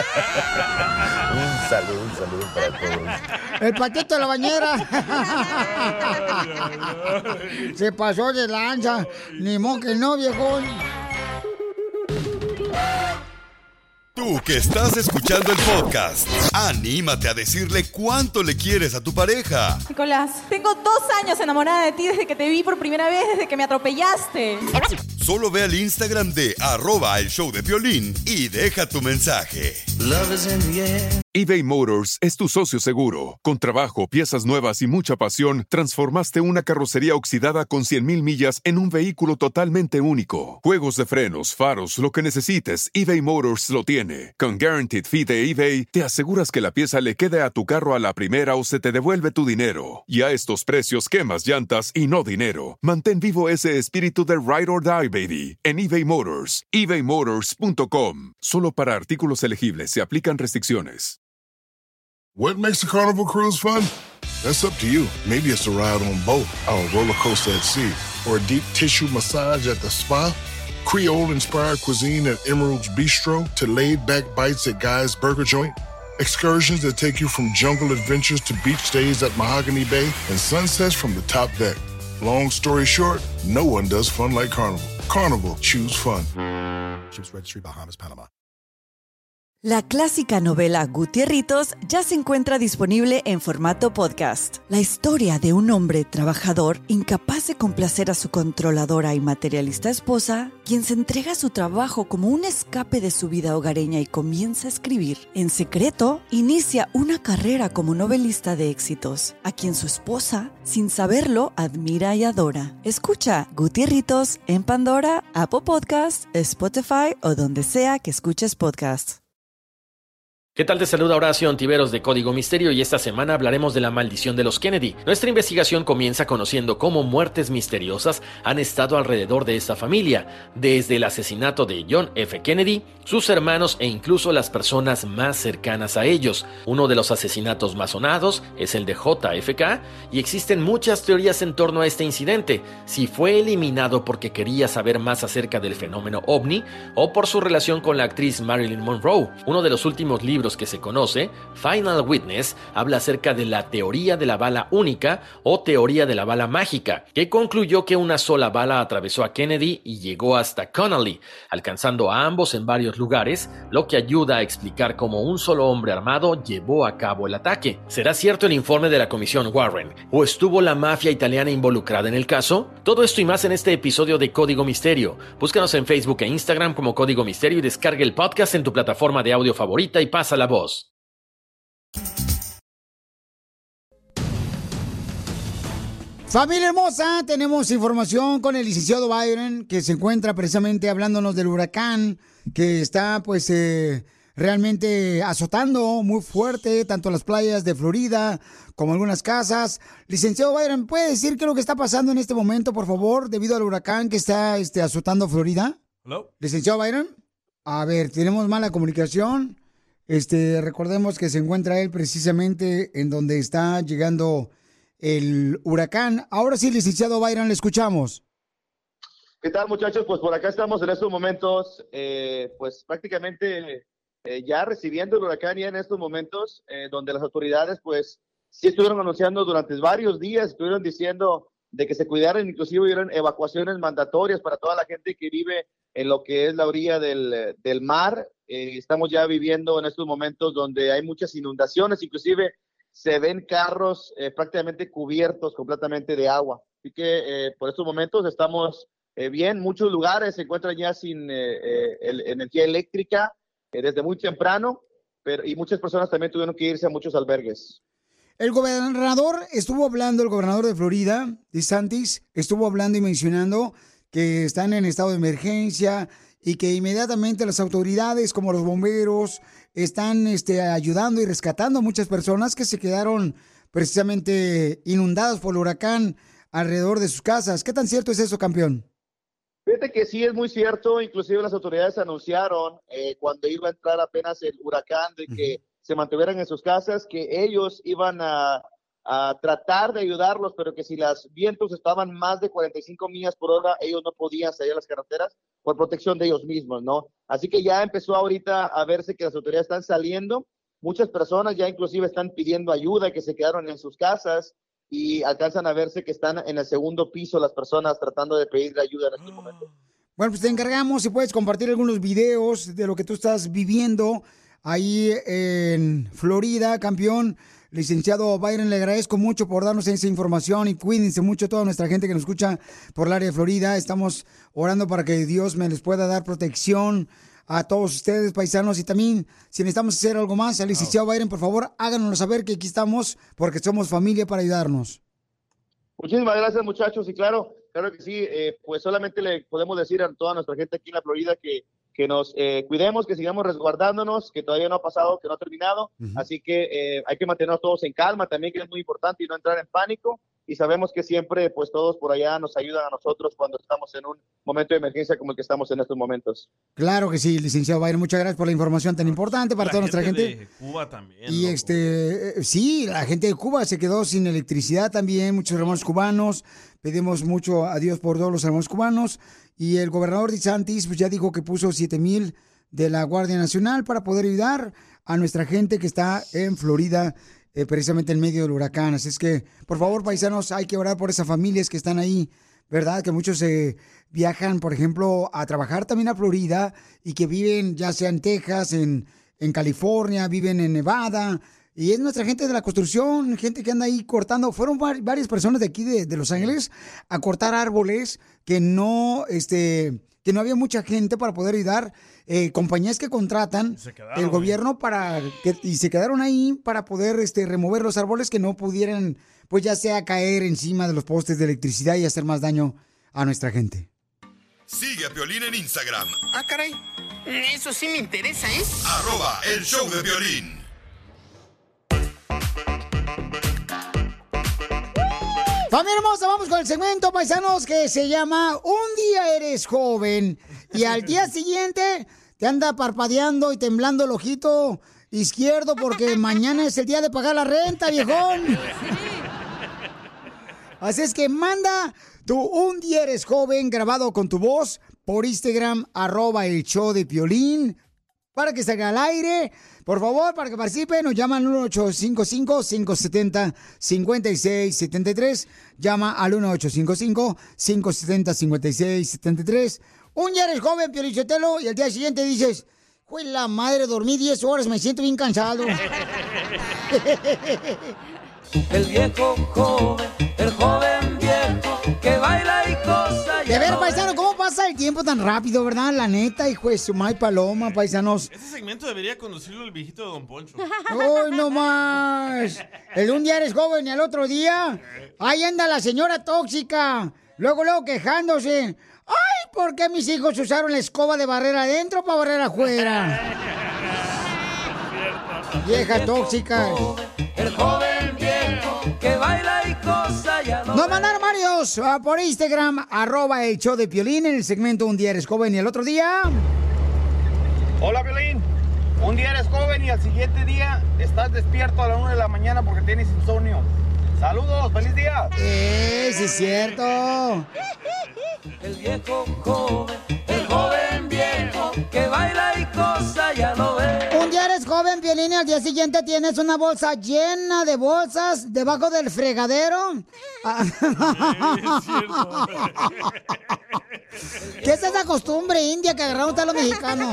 Un saludo para todos. El patito de la bañera. Se pasó de lanza. Ni modo que no, viejón. Tú que estás escuchando el podcast, anímate a decirle cuánto le quieres a tu pareja. Nicolás, tengo 2 años enamorada de ti desde que te vi por primera vez, desde que me atropellaste. Solo ve al Instagram de @elshowdepiolín y deja tu mensaje. eBay Motors es tu socio seguro. Con trabajo, piezas nuevas y mucha pasión, transformaste una carrocería oxidada con 100,000 millas en un vehículo totalmente único. Juegos de frenos, faros, lo que necesites, eBay Motors lo tiene. Con Guaranteed Fee de eBay, te aseguras que la pieza le quede a tu carro a la primera o se te devuelve tu dinero. Y a estos precios, quemas llantas y no dinero. Mantén vivo ese espíritu de Ride or Die, baby, en eBay Motors. ebaymotors.com. Solo para artículos elegibles se aplican restricciones. What makes a Carnival cruise fun? That's up to you. Maybe it's a ride on boat, or a roller coaster at sea, or a deep tissue massage at the spa. Creole-inspired cuisine at Emerald's Bistro to laid-back bites at Guy's Burger Joint. Excursions that take you from jungle adventures to beach stays at Mahogany Bay and sunsets from the top deck. Long story short, no one does fun like Carnival. Carnival, choose fun. Ships Registry, Bahamas, Panama. La clásica novela Gutierritos ya se encuentra disponible en formato podcast. La historia de un hombre trabajador incapaz de complacer a su controladora y materialista esposa, quien se entrega a su trabajo como un escape de su vida hogareña y comienza a escribir. En secreto, inicia una carrera como novelista de éxitos, a quien su esposa, sin saberlo, admira y adora. Escucha Gutierritos en Pandora, Apple Podcasts, Spotify o donde sea que escuches podcasts. ¿Qué tal? Te saluda Horacio Ontiveros de Código Misterio y esta semana hablaremos de la maldición de los Kennedy. Nuestra investigación comienza conociendo cómo muertes misteriosas han estado alrededor de esta familia, desde el asesinato de John F. Kennedy, sus hermanos e incluso las personas más cercanas a ellos. Uno de los asesinatos más sonados es el de JFK y existen muchas teorías en torno a este incidente, si fue eliminado porque quería saber más acerca del fenómeno ovni o por su relación con la actriz Marilyn Monroe. Uno de los últimos libros que se conoce, Final Witness, habla acerca de la teoría de la bala única o teoría de la bala mágica, que concluyó que una sola bala atravesó a Kennedy y llegó hasta Connally, alcanzando a ambos en varios lugares, lo que ayuda a explicar cómo un solo hombre armado llevó a cabo el ataque. ¿Será cierto el informe de la Comisión Warren? ¿O estuvo la mafia italiana involucrada en el caso? Todo esto y más en este episodio de Código Misterio. Búscanos en Facebook e Instagram como Código Misterio y descarga el podcast en tu plataforma de audio favorita y pasa la voz. Familia hermosa, tenemos información con el licenciado Byron, que se encuentra precisamente hablándonos del huracán que está pues realmente azotando muy fuerte tanto las playas de Florida como algunas casas. Licenciado Byron, ¿puede decir qué es lo que está pasando en este momento, por favor, debido al huracán que está azotando Florida? Hello. Licenciado Byron, a ver, tenemos mala comunicación. Recordemos que se encuentra él precisamente en donde está llegando el huracán. Ahora sí, licenciado Byron, le escuchamos. ¿Qué tal, muchachos? Pues por acá estamos en estos momentos, pues prácticamente ya recibiendo el huracán ya en estos momentos, donde las autoridades pues sí estuvieron anunciando durante varios días, estuvieron diciendo de que se cuidaran, inclusive hubieron evacuaciones mandatorias para toda la gente que vive en lo que es la orilla del mar. Estamos ya viviendo en estos momentos donde hay muchas inundaciones, inclusive se ven carros prácticamente cubiertos completamente de agua. Así que por estos momentos estamos bien, muchos lugares se encuentran ya sin energía eléctrica desde muy temprano, y muchas personas también tuvieron que irse a muchos albergues. El gobernador estuvo hablando, el gobernador de Florida, DeSantis, estuvo hablando y mencionando que están en estado de emergencia y que inmediatamente las autoridades como los bomberos están ayudando y rescatando a muchas personas que se quedaron precisamente inundadas por el huracán alrededor de sus casas. ¿Qué tan cierto es eso, campeón? Fíjate que sí es muy cierto, inclusive las autoridades anunciaron cuando iba a entrar apenas el huracán de que se mantuvieran en sus casas, que ellos iban a tratar de ayudarlos, pero que si los vientos estaban más de 45 millas por hora, ellos no podían salir a las carreteras por protección de ellos mismos, ¿no? Así que ya empezó ahorita a verse que las autoridades están saliendo, muchas personas ya inclusive están pidiendo ayuda, que se quedaron en sus casas, y alcanzan a verse que están en el segundo piso las personas tratando de pedir ayuda en este momento. Bueno, pues te encargamos si puedes compartir algunos videos de lo que tú estás viviendo ahí en Florida, campeón. Licenciado Byron, le agradezco mucho por darnos esa información y cuídense mucho toda nuestra gente que nos escucha por el área de Florida. Estamos orando para que Dios me les pueda dar protección a todos ustedes, paisanos, y también si necesitamos hacer algo más, al licenciado Byron, por favor, háganoslo saber que aquí estamos porque somos familia para ayudarnos. Muchísimas gracias, muchachos, y claro que sí, pues solamente le podemos decir a toda nuestra gente aquí en la Florida que nos cuidemos, que sigamos resguardándonos, que todavía no ha pasado, que no ha terminado, así que hay que mantenernos todos en calma también, que es muy importante, y no entrar en pánico, y sabemos que siempre pues todos por allá nos ayudan a nosotros cuando estamos en un momento de emergencia como el que estamos en estos momentos. Claro que sí, licenciado Byron, muchas gracias por la información tan importante para toda nuestra gente. De Cuba también. Y sí, la gente de Cuba se quedó sin electricidad también, muchos hermanos cubanos, pedimos mucho a Dios por todos los hermanos cubanos, y el gobernador DeSantis pues ya dijo que puso 7,000 de la Guardia Nacional para poder ayudar a nuestra gente que está en Florida, precisamente en medio del huracán. Así es que, por favor, paisanos, hay que orar por esas familias que están ahí, ¿verdad? Que muchos viajan, por ejemplo, a trabajar también a Florida y que viven ya sea en Texas, en California, viven en Nevada. Y es nuestra gente de la construcción, gente que anda ahí cortando. Fueron varias personas de aquí de Los Ángeles a cortar árboles que no había mucha gente para poder ayudar. Compañías que contratan el gobierno y se quedaron ahí para poder remover los árboles que no pudieran, pues ya sea caer encima de los postes de electricidad y hacer más daño a nuestra gente. Sigue a Piolín en Instagram. Ah, caray. Eso sí me interesa, ¿eh? @el show de Piolín. Familia hermosa, vamos con el segmento, paisanos, que se llama Un día eres joven y al día siguiente te anda parpadeando y temblando el ojito izquierdo porque mañana es el día de pagar la renta, viejón. Así es que manda tu Un día eres joven grabado con tu voz por Instagram, @el show de Piolín, para que salga al aire. Por favor, para que participen, nos llaman al 1-855-570-5673. Llama al 1-855-570-5673. Un día eres joven, Piolichotelo, y al día siguiente dices, ¡jue la madre, dormí 10 horas, me siento bien cansado! El viejo joven, el joven viejo, que baila y cosa. De ver, paisano, ¿cómo pasa el tiempo tan rápido, verdad? La neta, hijo de su may paloma, paisanos. Este segmento debería conducirlo el viejito de Don Poncho. ¡Uy, no más! El un día eres joven y al otro día, ahí anda la señora tóxica, luego quejándose. ¡Ay, por qué mis hijos usaron la escoba de barrer adentro para barrer afuera! Vieja tóxica. El joven viejo que baila y cosa ya no. Nos mandaron varios por Instagram, @el show de Piolín, en el segmento Un día eres joven y el otro día. Hola, Piolín. Un día eres joven y al siguiente día estás despierto a la 1 de la mañana porque tienes insomnio. Saludos, feliz día. Sí es cierto. El viejo joven, el joven viejo, que baila y cosa, ya lo ves. Un día eres joven, Piolín, y al día siguiente tienes una bolsa llena de bolsas debajo del fregadero. ¿Qué es esa costumbre india que agarramos a los mexicanos?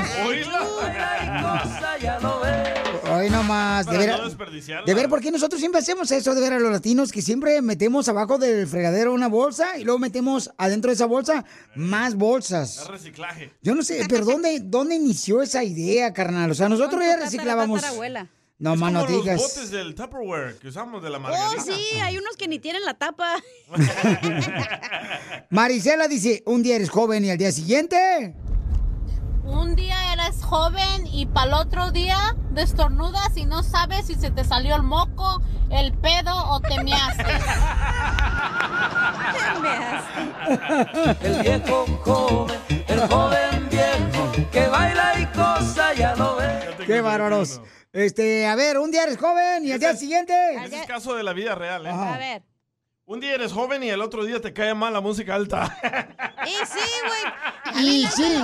Hoy nomás, de ver, ¿por qué nosotros siempre hacemos eso? De ver a los latinos que siempre metemos abajo del fregadero una bolsa y luego metemos adentro de esa bolsa más bolsas. Es reciclaje. Yo no sé, pero ¿dónde inició esa idea, carnal? O sea, nosotros ya reciclábamos. No, es más no como los digas. botes del Tupperware que usamos de la margarina. Oh, sí, hay unos que ni tienen la tapa. Marisela dice, un día eres joven y al día siguiente... Un día eres joven y para el otro día destornudas y no sabes si se te salió el moco, el pedo o te measte. El viejo joven, el joven viejo, que baila y cosa, ya lo ves. ¡Qué bárbaros! A ver, un día eres joven y al día siguiente... Ese es caso de la vida real, ¿eh? A ver. Un día eres joven y el otro día te cae mal la música alta. Y sí, güey. Y sí.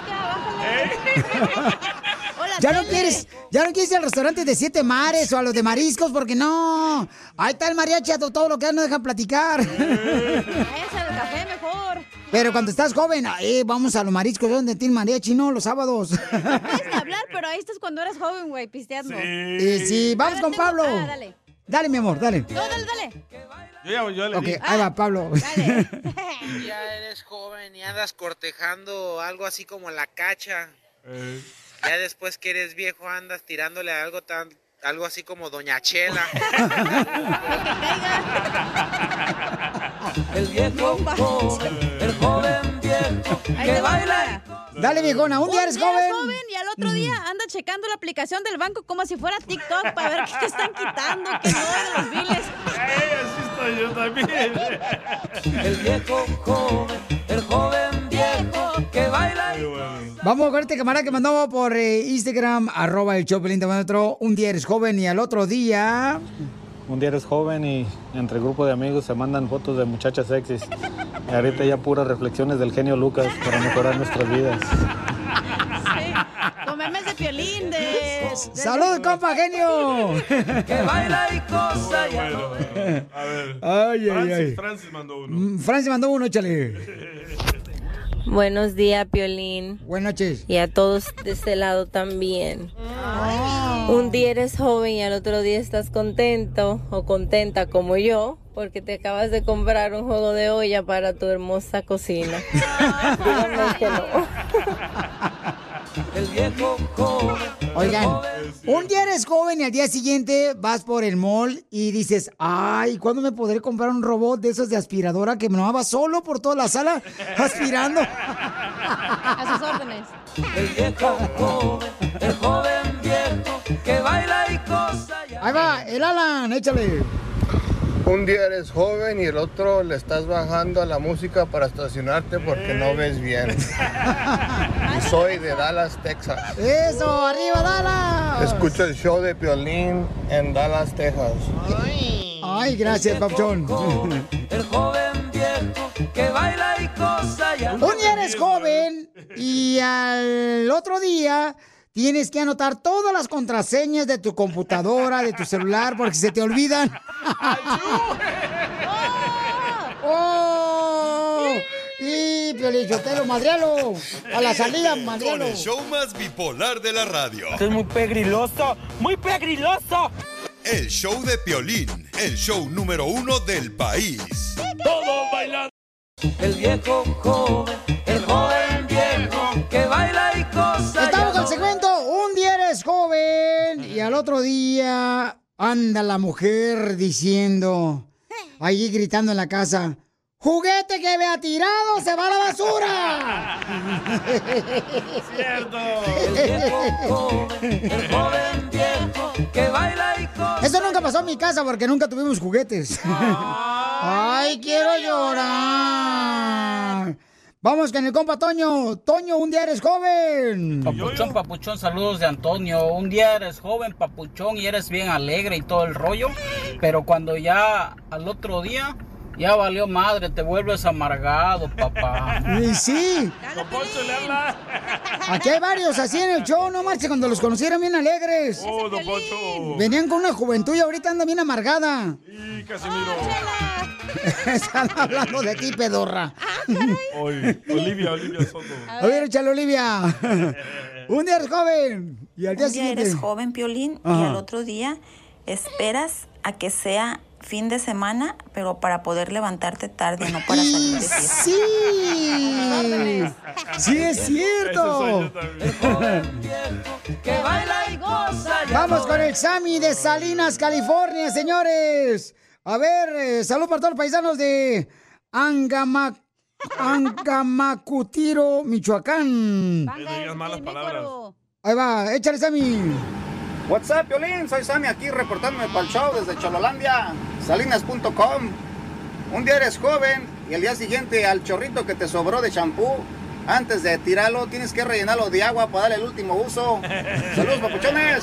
Ya no quieres ir al restaurante de Siete Mares o a los de mariscos porque no. Ahí está el mariachi a todo lo que no dejan platicar. Ese del café mejor. Pero cuando estás joven, vamos a los mariscos donde tiene mariachi, no, los sábados. No puedes ni hablar, pero ahí estás cuando eras joven, güey, pisteando. Sí, vamos con Pablo. Dale. Dale, mi amor, dale. No, dale. Yo le Ok, di. ahí va, Pablo. Ya eres joven y andas cortejando algo así como la cacha. Ya después que eres viejo andas tirándole a algo así como Doña Chela. El viejo joven, el joven viejo, que baila. Dale, viejona, un día eres joven. Y al otro día anda checando la aplicación del banco como si fuera TikTok para ver qué te están quitando, que no de los biles. Así estoy yo también. El viejo joven, el joven viejo, que baila. Vamos con este camarada que mandó por Instagram, @el-Choplin, un día eres joven y al otro día... Un día eres joven y entre grupo de amigos se mandan fotos de muchachas sexys. Y ahorita ya puras reflexiones del genio Lucas para mejorar nuestras vidas. Sí, con memes de Piolín, ¡Salud, compa, genio! Que baila y cosa ya bueno. A ver. Francis mandó uno. Francis mandó uno, échale. Buenos días, Piolín. Buenas noches. Y a todos de este lado también. Un día eres joven y al otro día estás contento o contenta como yo porque te acabas de comprar un juego de olla para tu hermosa cocina. Díganme que no. El viejo joven. Oigan, un día eres joven y al día siguiente vas por el mall y dices, ay, ¿cuándo me podré comprar un robot de esos de aspiradora que me va solo por toda la sala aspirando? A sus órdenes. El viejo joven, el joven viejo, que baila y cosa. Ahí va, el Alan, échale. Un día eres joven y el otro le estás bajando a la música para estacionarte porque no ves bien. Y soy de Dallas, Texas. ¡Eso! ¡Arriba, Dallas! Escucho el show de Piolín en Dallas, Texas. Ay, gracias, Pauchón. El joven viejo que baila y cosa ya. Un día eres joven y al otro día tienes que anotar todas las contraseñas de tu computadora, de tu celular, porque se te olvidan. ¡Oh! Y Piolichotelo, madrialo. A la salida, madrialo. Con el show más bipolar de la radio. Esto es muy pegriloso, muy pegriloso. El show de Piolín, el show número 1 del país. Todo bailando. El viejo joven, el joven viejo, que baila y cosa. Estamos con el segmento Un día eres joven y al otro día anda la mujer diciendo, allí gritando en la casa, ¡juguete que me ha tirado, se va a la basura! ¡Cierto! El viejo joven, el joven viejo, que baila y cosa. Eso nunca pasó en mi casa porque nunca tuvimos juguetes. ¡Ay, quiero llorar! Vamos con el compa Toño. Toño, un día eres joven. Papuchón, papuchón, saludos de Antonio. Un día eres joven, papuchón, y eres bien alegre y todo el rollo. Pero cuando ya al otro día, ya valió madre, te vuelves amargado, papá. Y sí. Don Poncho le habla. Aquí hay varios así en el show, no marches, cuando los conocieron bien alegres. Oh, Don Poncho. Venían con una juventud y ahorita anda bien amargada. Y Casimiro. Están hablando de ti, pedorra. Olivia Soto. A ver, échale, Olivia. Un día eres joven y al día Un día siguiente. eres joven, Piolín, y Ajá. al otro día esperas a que sea fin de semana, pero para poder levantarte tarde, no para salir de fiesta. ¡Sí! ¡Sí es cierto! Que baila y goza. Vamos con el Sammy de Salinas, California, señores. A ver, salud para todos los paisanos de Angamacutiro, Michoacán. No digas malas palabras. Ahí va, échale, Sammy. What's up, Piolín? Soy Sammy aquí reportándome para el show desde Chololandia, salinas.com. Un día eres joven y el día siguiente al chorrito que te sobró de champú, antes de tirarlo tienes que rellenarlo de agua para darle el último uso. ¡Saludos, papuchones!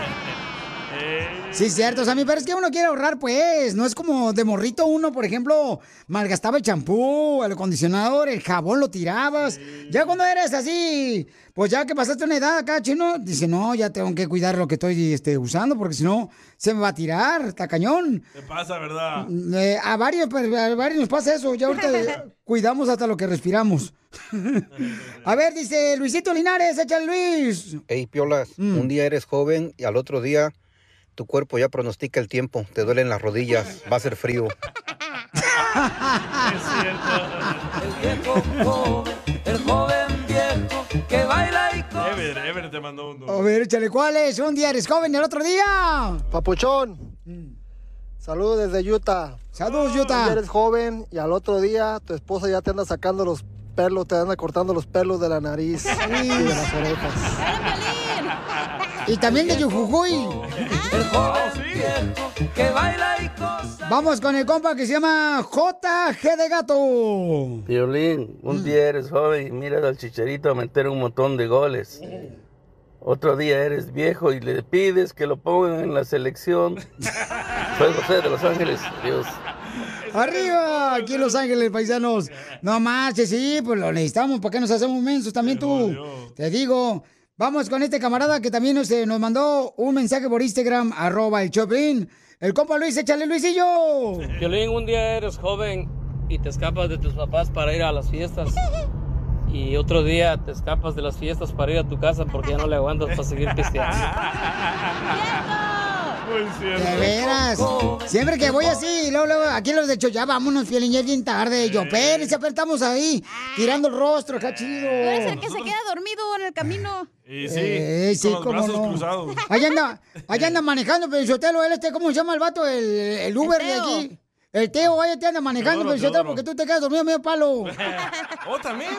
Sí, cierto, Sammy, pero es que uno quiere ahorrar, pues. No es como de morrito uno, por ejemplo, malgastaba el champú, el acondicionador, el jabón lo tirabas. Ya cuando eres así, pues ya que pasaste una edad acá, chino, dice, no, ya tengo que cuidar lo que estoy usando, porque si no, se me va a tirar, está cañón. Te pasa, ¿verdad? A varios nos pasa eso, ya ahorita cuidamos hasta lo que respiramos. A ver, dice Luisito Linares, échale, Luis. Hey, Piolas, un día eres joven y al otro día tu cuerpo ya pronostica el tiempo, te duelen las rodillas, va a ser frío. Es cierto. El joven viejo que baila y goza. Ever te mandó uno. A ver, échale, ¿cuál es? Un día eres joven y el otro día. Papuchón, saludos desde Utah. Saludos, Un Utah. día eres joven y al otro día tu esposa ya te anda sacando los pelos, te anda cortando los pelos de la nariz y de las orejas. Y también de Yujujuy. El joven viejo que baila y goza. Vamos con el compa que se llama JG de Gato. Piolín, un día eres joven y miras al Chicharito a meter un montón de goles. Otro día eres viejo y le pides que lo pongan en la selección. Soy José de Los Ángeles. Adiós. Arriba, aquí en Los Ángeles, paisanos. No marches, sí, pues lo necesitamos. ¿Para qué nos hacemos mensos también tú? Te digo. Vamos con este camarada que también nos mandó un mensaje por Instagram, @el-Choplin. El compa Luis, échale, Luisillo. Piolín, un día eres joven y te escapas de tus papás para ir a las fiestas. Y otro día te escapas de las fiestas para ir a tu casa porque ya no le aguantas para seguir pisteando. De veras. Siempre que voy así, luego, aquí los de hecho, ya vámonos, Piolín, ya es bien tarde. Yo, Pérez, estamos ahí, tirando el rostro, acá chido. Tú eres el que se queda dormido en el camino. Y sí, sí, con los brazos cruzados. Allá anda manejando, Pelizotelo, ¿cómo se llama el vato? El Uber de aquí. El Teo, ahí te anda manejando, Pelizotelo, porque tú te quedas dormido medio palo. ¿Oh, también?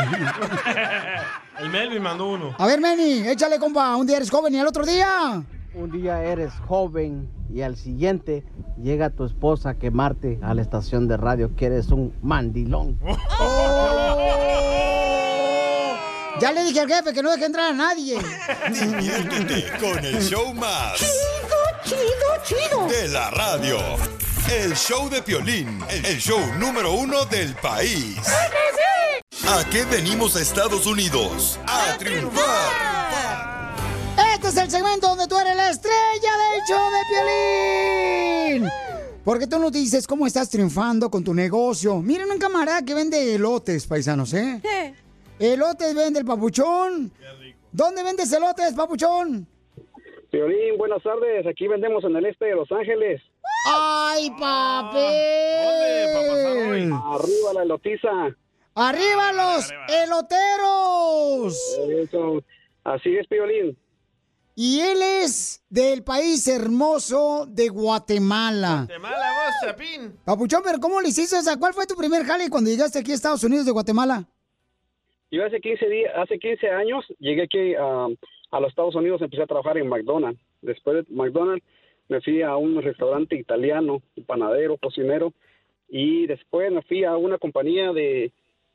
El Melvin mandó uno. A ver, Meni, échale, compa, un día eres joven y al otro día. Un día eres joven y al siguiente llega tu esposa a quemarte a la estación de radio que eres un mandilón. Ya le dije al jefe que no deje entrar a nadie. Diviértete con el show más chido de la radio. El show de Piolín, el show número 1 del país. ¿A qué venimos a Estados Unidos? ¡A triunfar! Este es el segmento donde tú eres la estrella del show de Piolín. Porque tú nos dices cómo estás triunfando con tu negocio. Miren un camarada que vende elotes, paisanos, ¿eh? Elotes vende el Papuchón. ¿Dónde vendes elotes, Papuchón? Piolín, buenas tardes. Aquí vendemos en el este de Los Ángeles. ¡Ay, papel! Arriba la elotiza. ¡Arriba los eloteros! Eso. Así es, Piolín. Y él es del país hermoso de Guatemala. Guatemala, vos, Chapín. Papuchón, pero ¿cómo le hiciste? O sea, ¿cuál fue tu primer jale cuando llegaste aquí a Estados Unidos de Guatemala? Yo hace 15 años llegué aquí a los Estados Unidos, empecé a trabajar en McDonald's. Después de McDonald's me fui a un restaurante italiano, panadero, cocinero, y después me fui a una compañía de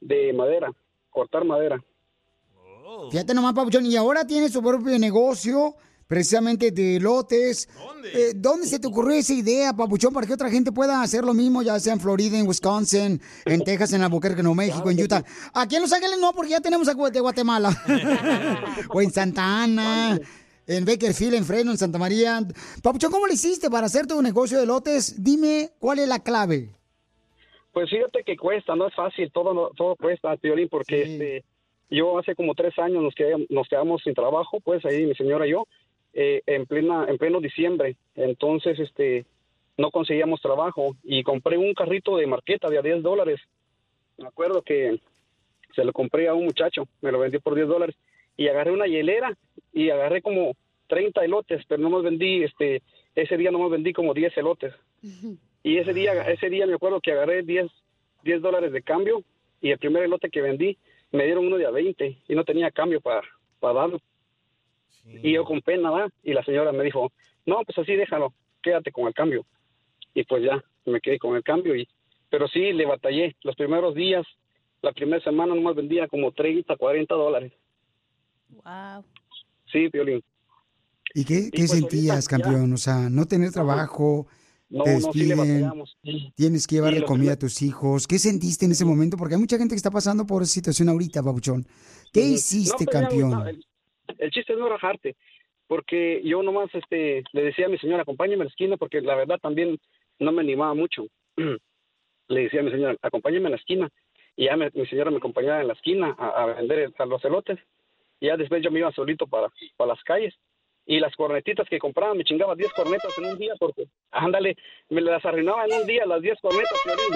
de madera, cortar madera. Fíjate nomás, papuchón, y ahora tiene su propio negocio, precisamente de elotes. ¿Dónde se te ocurrió esa idea, papuchón, para que otra gente pueda hacer lo mismo, ya sea en Florida, en Wisconsin, en Texas, en Albuquerque, Nuevo México, en Utah? Aquí en Los Ángeles no, porque ya tenemos a de Guatemala. O en Santa Ana, en Bakersfield, en Fresno, en Santa María. Papuchón, ¿cómo le hiciste para hacer tu negocio de elotes? Dime, ¿cuál es la clave? Pues fíjate que cuesta, no es fácil, todo cuesta, Piolín, porque yo hace como 3 años nos quedamos sin trabajo, pues ahí mi señora y yo, en pleno diciembre. Entonces, no conseguíamos trabajo y compré un carrito de marqueta de a $10. Me acuerdo que se lo compré a un muchacho, me lo vendió por $10 y agarré una hielera y agarré como 30 elotes, pero nomás vendí, ese día nomás vendí como 10 elotes. Y ese día me acuerdo que agarré $10 de cambio y el primer elote que vendí me dieron uno de a 20 y no tenía cambio para darlo. Sí. Y yo con pena, ¿verdad? Y la señora me dijo, no, pues así déjalo, quédate con el cambio. Y pues ya, me quedé con el cambio. Pero sí, le batallé. Los primeros días, la primera semana nomás vendía como $30, $40. Wow. Sí, Piolín. ¿Y qué pues sentías, campeón? Ya. O sea, no tener trabajo, te despiden, tienes que llevarle comida a tus hijos. ¿Qué sentiste en ese momento? Porque hay mucha gente que está pasando por esa situación ahorita, papuchón. ¿Qué hiciste, campeón? El chiste es no rajarte, porque yo nomás le decía a mi señora, acompáñame a la esquina, porque la verdad también no me animaba mucho. Le decía a mi señora, acompáñame a la esquina, y ya mi señora me acompañaba en la esquina a vender a los elotes, y ya después yo me iba solito para las calles. Y las cornetitas que compraba, me chingaba 10 cornetas en un día, porque, ándale, me las arruinaba en un día las 10 cornetas,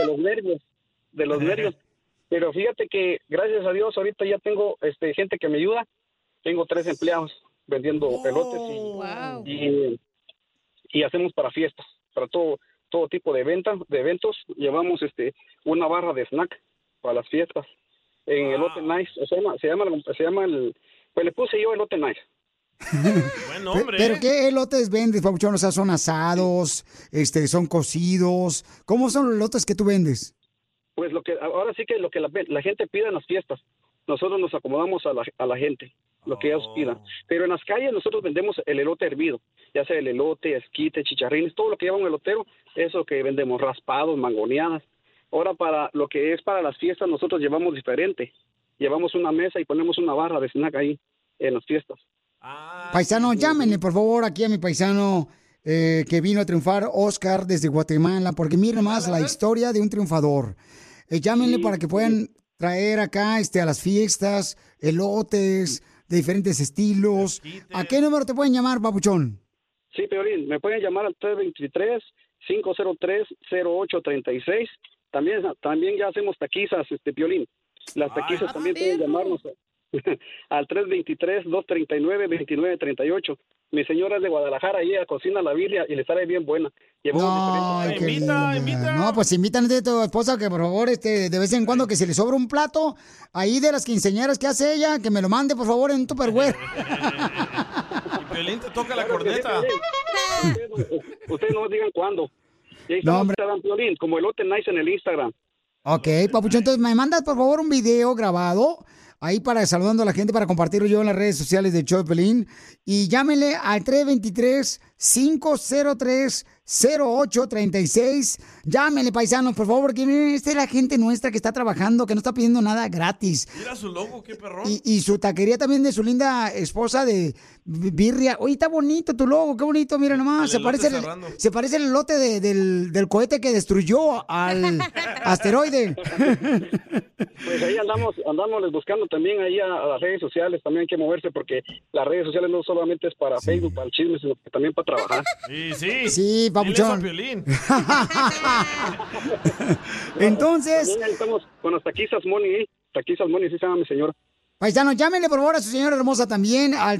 de los nervios. Pero fíjate que, gracias a Dios, ahorita ya tengo gente que me ayuda. Tengo 3 empleados vendiendo elotes y hacemos para fiestas, para todo tipo de eventos. Llevamos una barra de snack para las fiestas. En Elote Nice, se llama pues le puse yo Elote Nice. Buen nombre. ¿Pero qué elotes vendes, papuchón? O sea, ¿son asados? ¿Son cocidos? ¿Cómo son los elotes que tú vendes? Pues ahora sí que lo que la gente pide en las fiestas, nosotros nos acomodamos a la gente, lo que ellos pidan. Pero en las calles nosotros vendemos el elote hervido, ya sea el elote, esquite, chicharrines, todo lo que lleva un elotero, eso que vendemos, raspados, mangoneadas. Ahora para lo que es para las fiestas nosotros llevamos diferente. Llevamos una mesa y ponemos una barra de snack ahí en las fiestas. Paisano, llámenle por favor aquí a mi paisano que vino a triunfar, Oscar, desde Guatemala, porque miren más la historia de un triunfador. Llámenle para que puedan traer acá a las fiestas elotes de diferentes estilos. ¿A qué número te pueden llamar, papuchón? Sí, Piolín, me pueden llamar al 323-503-0836. También ya hacemos taquizas, Piolín. Las taquizas también pueden llamarnos al 323-239-2938. Mi señora es de Guadalajara y ella cocina la Biblia y le sale bien buena. Invita. No, pues invítanos de tu esposa que por favor, de vez en cuando que se le sobra un plato ahí de las quinceañeras que hace ella, que me lo mande por favor en un Tupperware. Y Piolín te toca la corneta. Ustedes no digan cuándo. Y ahí no, estamos, Piolín, como Elote Nice en el Instagram. Ok, papuchón, entonces me mandas por favor un video grabado ahí para saludando a la gente, para compartirlo yo en las redes sociales de Show de Piolín. Y llámenle al 323-503-0836. Llámenle, paisanos, por favor, porque miren, esta es la gente nuestra que está trabajando, que no está pidiendo nada gratis. Mira su logo, qué perrón. Y su taquería también de su linda esposa de birria. Oye, está bonito tu logo, qué bonito, mira nomás. Se parece el elote del cohete que destruyó al asteroide. Pues ahí andamos buscando también ahí a las redes sociales, también hay que moverse porque las redes sociales no solamente es para Facebook, para el chisme, sino que también para trabajar. Sí, papuchón. Entonces, también ahí estamos con las taquizas Money, Taquizas Money, sí se llama mi señora. Paisano, llámenle por favor a su señora hermosa también al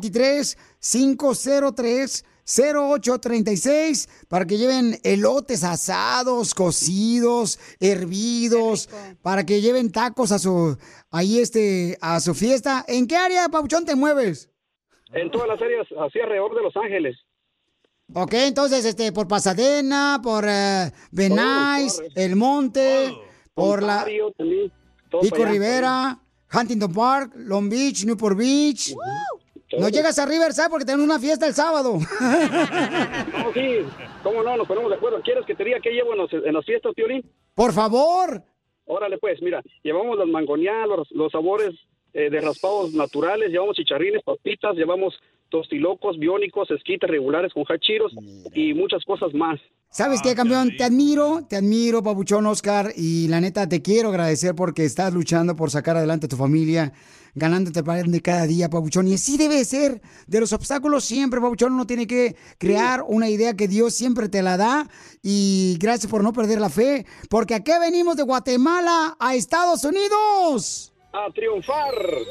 323-503-0836 para que lleven elotes asados, cocidos, hervidos, para que lleven tacos a su fiesta. ¿En qué área, papuchón, te mueves? En todas las áreas, así alrededor de Los Ángeles. Ok, entonces, por Pasadena, por Venice, El Monte, por Ontario, también. todo Pico para allá. Rivera, Huntington Park, Long Beach, Newport Beach. No llegas a Riverside porque tenemos una fiesta el sábado. No, sí, cómo no, nos ponemos de acuerdo. ¿Quieres que te diga qué llevo en las fiestas, Piolín? Por favor. Órale, pues, mira, llevamos las mangoneadas, los sabores de raspados naturales, llevamos chicharrines, papitas, llevamos tostilocos, biónicos, esquites regulares con hachiros y muchas cosas más. ¿Sabes qué, campeón? Te admiro, papuchón Oscar, y la neta te quiero agradecer porque estás luchando por sacar adelante a tu familia, ganándote el pan de cada día, papuchón, y así debe ser. De los obstáculos siempre, papuchón, uno tiene que crear una idea que Dios siempre te la da, y gracias por no perder la fe, porque aquí venimos de Guatemala a Estados Unidos. ¡A triunfar!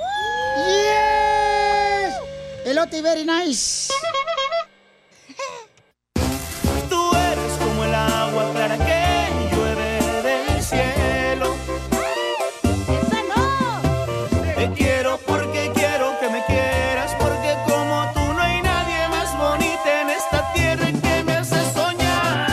¡Yes! Elote very nice. Tú eres como el agua clara que llueve del cielo. ¡Esa no! Te quiero porque quiero que me quieras, porque como tú no hay nadie más bonita en esta tierra que me hace soñar.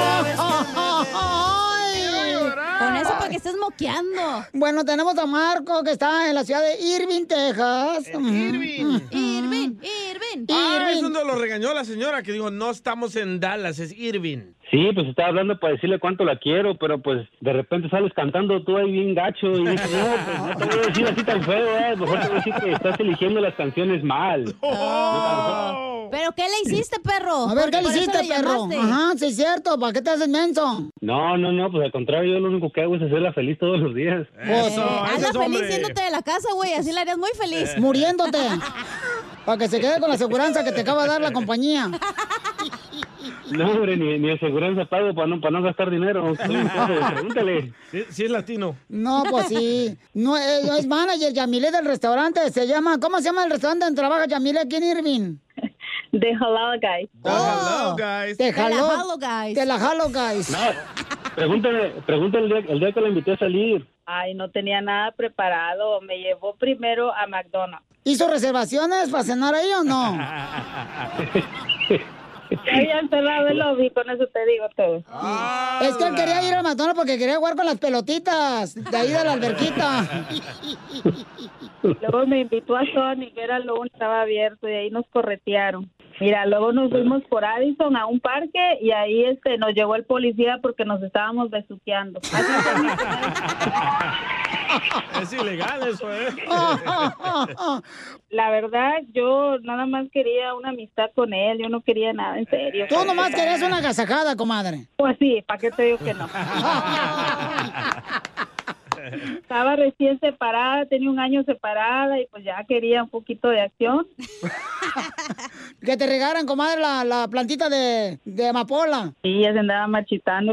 Con eso para que estés moqueando. Bueno, tenemos a Marco que está en la ciudad de Irving, Texas. Irving. Irving. Es donde lo regañó la señora que dijo, no estamos en Dallas, es Irving. Sí, pues estaba hablando para decirle cuánto la quiero, pero pues de repente sales cantando tú ahí bien gacho y dices, no, pues no te voy a decir así tan feo, mejor te voy a decir que estás eligiendo las canciones mal. ¿Pero qué le hiciste, perro? A ver, ¿qué le Por eso hiciste, perro? llamaste. Ajá, sí es cierto, ¿para qué te haces menso? No, pues al contrario, yo lo único que hago es hacerla feliz todos los días. Anda feliz yéndote de la casa, güey, así la harías muy feliz. Muriéndote. Para que se quede con la aseguranza que te acaba de dar la compañía. No, hombre, ni aseguranza pago para no gastar dinero. Pregúntale. Sí es latino. No, pues sí. No, es manager, Yamile, del restaurante. ¿Cómo se llama el restaurante donde trabaja Yamile aquí en Irving? The Halal Guys. Hello, guys. Te la jaló. jalo, guys. Te la jalo, guys. No, pregúntale el día que la invité a salir. Ay, no tenía nada preparado. Me llevó primero a McDonald's. ¿Hizo reservaciones para cenar ahí o no? Ya habían cerrado el lobby, con eso te digo todo. Es que él quería ir al McDonald's porque quería jugar con las pelotitas de ahí de la alberquita. Luego me invitó a Sony, que era lo único que estaba abierto, y ahí nos corretearon. Mira, luego nos fuimos por Addison a un parque y ahí nos llegó el policía porque nos estábamos besuqueando. Es ilegal eso, ¿eh? La verdad, yo nada más quería una amistad con él, yo no quería nada en serio. Tú nomás querías una agasajada, comadre. Pues sí, ¿para qué te digo que no? Estaba recién separada, tenía 1 año separada y pues ya quería un poquito de acción. Que te regaran, comadre, la plantita de amapola. Sí, ya se andaba marchitando.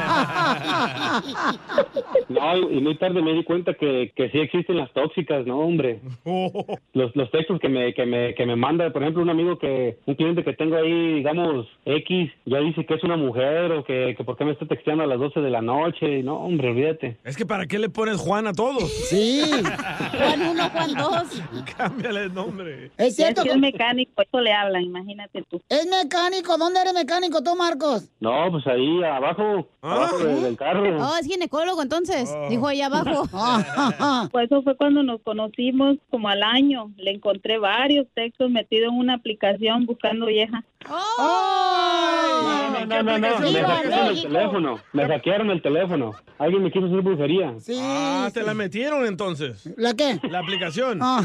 No, y muy tarde me di cuenta que sí existen las tóxicas, ¿no, hombre? Los textos que me manda, por ejemplo, un cliente que tengo ahí, digamos, X, ya dice que es una mujer o que por qué me está texteando a las 12 de la noche. No, hombre, olvídate. Es que ¿para qué le pones Juan a todos? Sí. Juan 1, Juan 2. Cámbiale el nombre. Es cierto. Es que es mecánico, eso le hablan, imagínate tú. ¿Es mecánico? ¿Dónde eres mecánico tú, Marcos? No, pues ahí abajo del carro. Oh, es ginecólogo entonces. Dijo ahí abajo. Pues eso fue cuando nos conocimos, como al año. Le encontré varios textos metidos en una aplicación buscando vieja. No. Me hackearon el teléfono. Alguien me quiso hacer brujería. Sí. ¿te la metieron entonces? ¿La qué? La aplicación. No,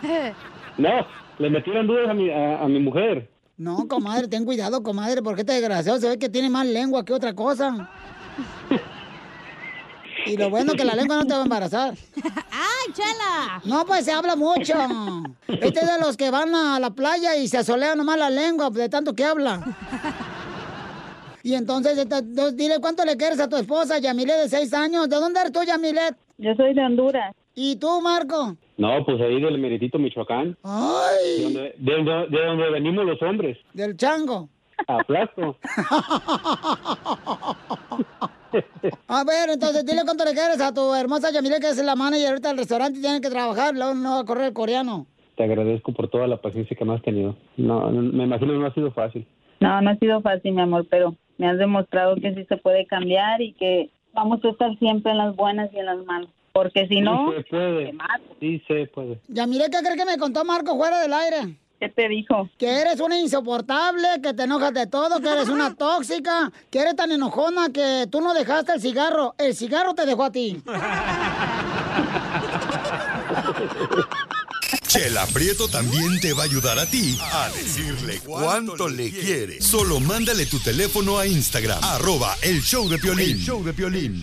le metieron dudas a mi mujer. No, comadre, ten cuidado, comadre, porque este desgraciado se ve que tiene más lengua que otra cosa. Y lo bueno que la lengua no te va a embarazar. ¡Ay, Chela! No, pues se habla mucho. Este es de los que van a la playa y se asolean nomás la lengua de tanto que habla. Y entonces, dile cuánto le quieres a tu esposa, Yamilet, de 6 años. ¿De dónde eres tú, Yamilet? Yo soy de Honduras. ¿Y tú, Marco? No, pues ahí del Meritito, Michoacán. ¡Ay! De donde venimos los hombres. Del chango. Aplasto. A ver, entonces dile cuánto le quieres a tu hermosa Yamilet, que es la manager ahorita del restaurante y tiene que trabajar, luego no va a correr el coreano. Te agradezco por toda la paciencia que me has tenido. No, me imagino que no ha sido fácil. No ha sido fácil, mi amor, pero me has demostrado que sí se puede cambiar y que vamos a estar siempre en las buenas y en las malas. porque si no, Sí se puede. te mato. Sí se puede. Ya miré, ¿qué crees que me contó Marco fuera del aire? ¿Qué te dijo? Que eres una insoportable, que te enojas de todo, que eres una tóxica, que eres tan enojona que tú no dejaste el cigarro te dejó a ti. Chela Prieto también te va a ayudar a ti a decirle cuánto le quiere. Solo mándale tu teléfono a Instagram, @elshowdepiolín. El show de Piolín.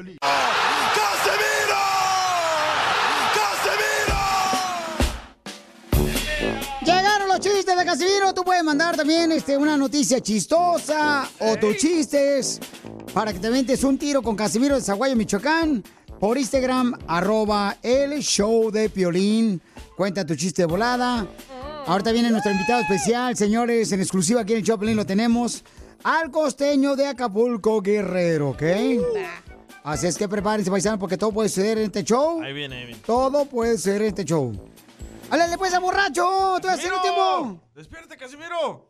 Llegaron los chistes de Casimiro. Tú puedes mandar también una noticia chistosa o tus chistes para que te mentes un tiro con Casimiro de Zaguayo, Michoacán. Por Instagram, @elshowdepiolín. Cuenta tu chiste de volada. Ahorita viene nuestro invitado especial, señores, en exclusiva aquí en el show de Piolín lo tenemos. Al costeño de Acapulco, Guerrero, ¿ok? Así es que prepárense, paisanos, porque todo puede suceder en este show. Ahí viene. Todo puede ser en este show. ¡Álale pues a borracho! ¡Tú haciendo tiempo! ¡Despiértate, Casimiro!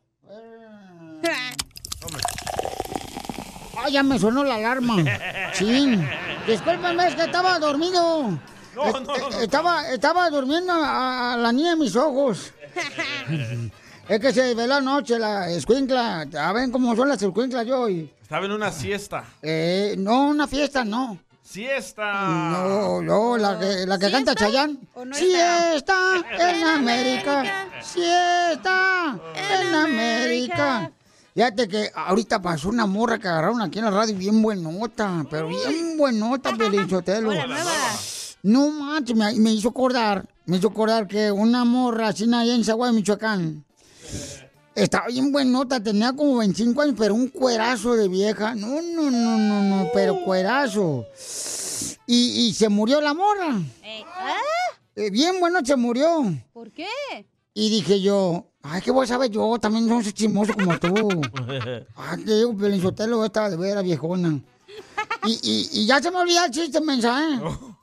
¡Ay, ya me sonó la alarma! ¡Sí! Discúlpame, es que estaba dormido. Estaba durmiendo a la niña de mis ojos. Es que se ve la noche, la escuincla. ¿Saben cómo son las escuinclas yo? Estaba en una siesta. No, una fiesta, no. ¡Siesta! No, la que canta Chayanne. ¡Siesta en América! ¡Siesta en América! Fíjate que ahorita pasó una morra que agarraron aquí en la radio bien buenota, pero bien buenota, Pelichotelo. No manches, me hizo acordar que una morra así allá en Zaguayo, Michoacán, estaba bien buenota, tenía como 25 años, pero un cuerazo de vieja. No, pero cuerazo. Y se murió la morra. Bien bueno se murió. ¿Por qué? Y dije yo, ay, ¿qué voy a saber yo? También soy chismoso como tú. Ay, te digo, Pelichotelo, esta de veras viejona. Y ya se me olvidó el chiste, mensaje.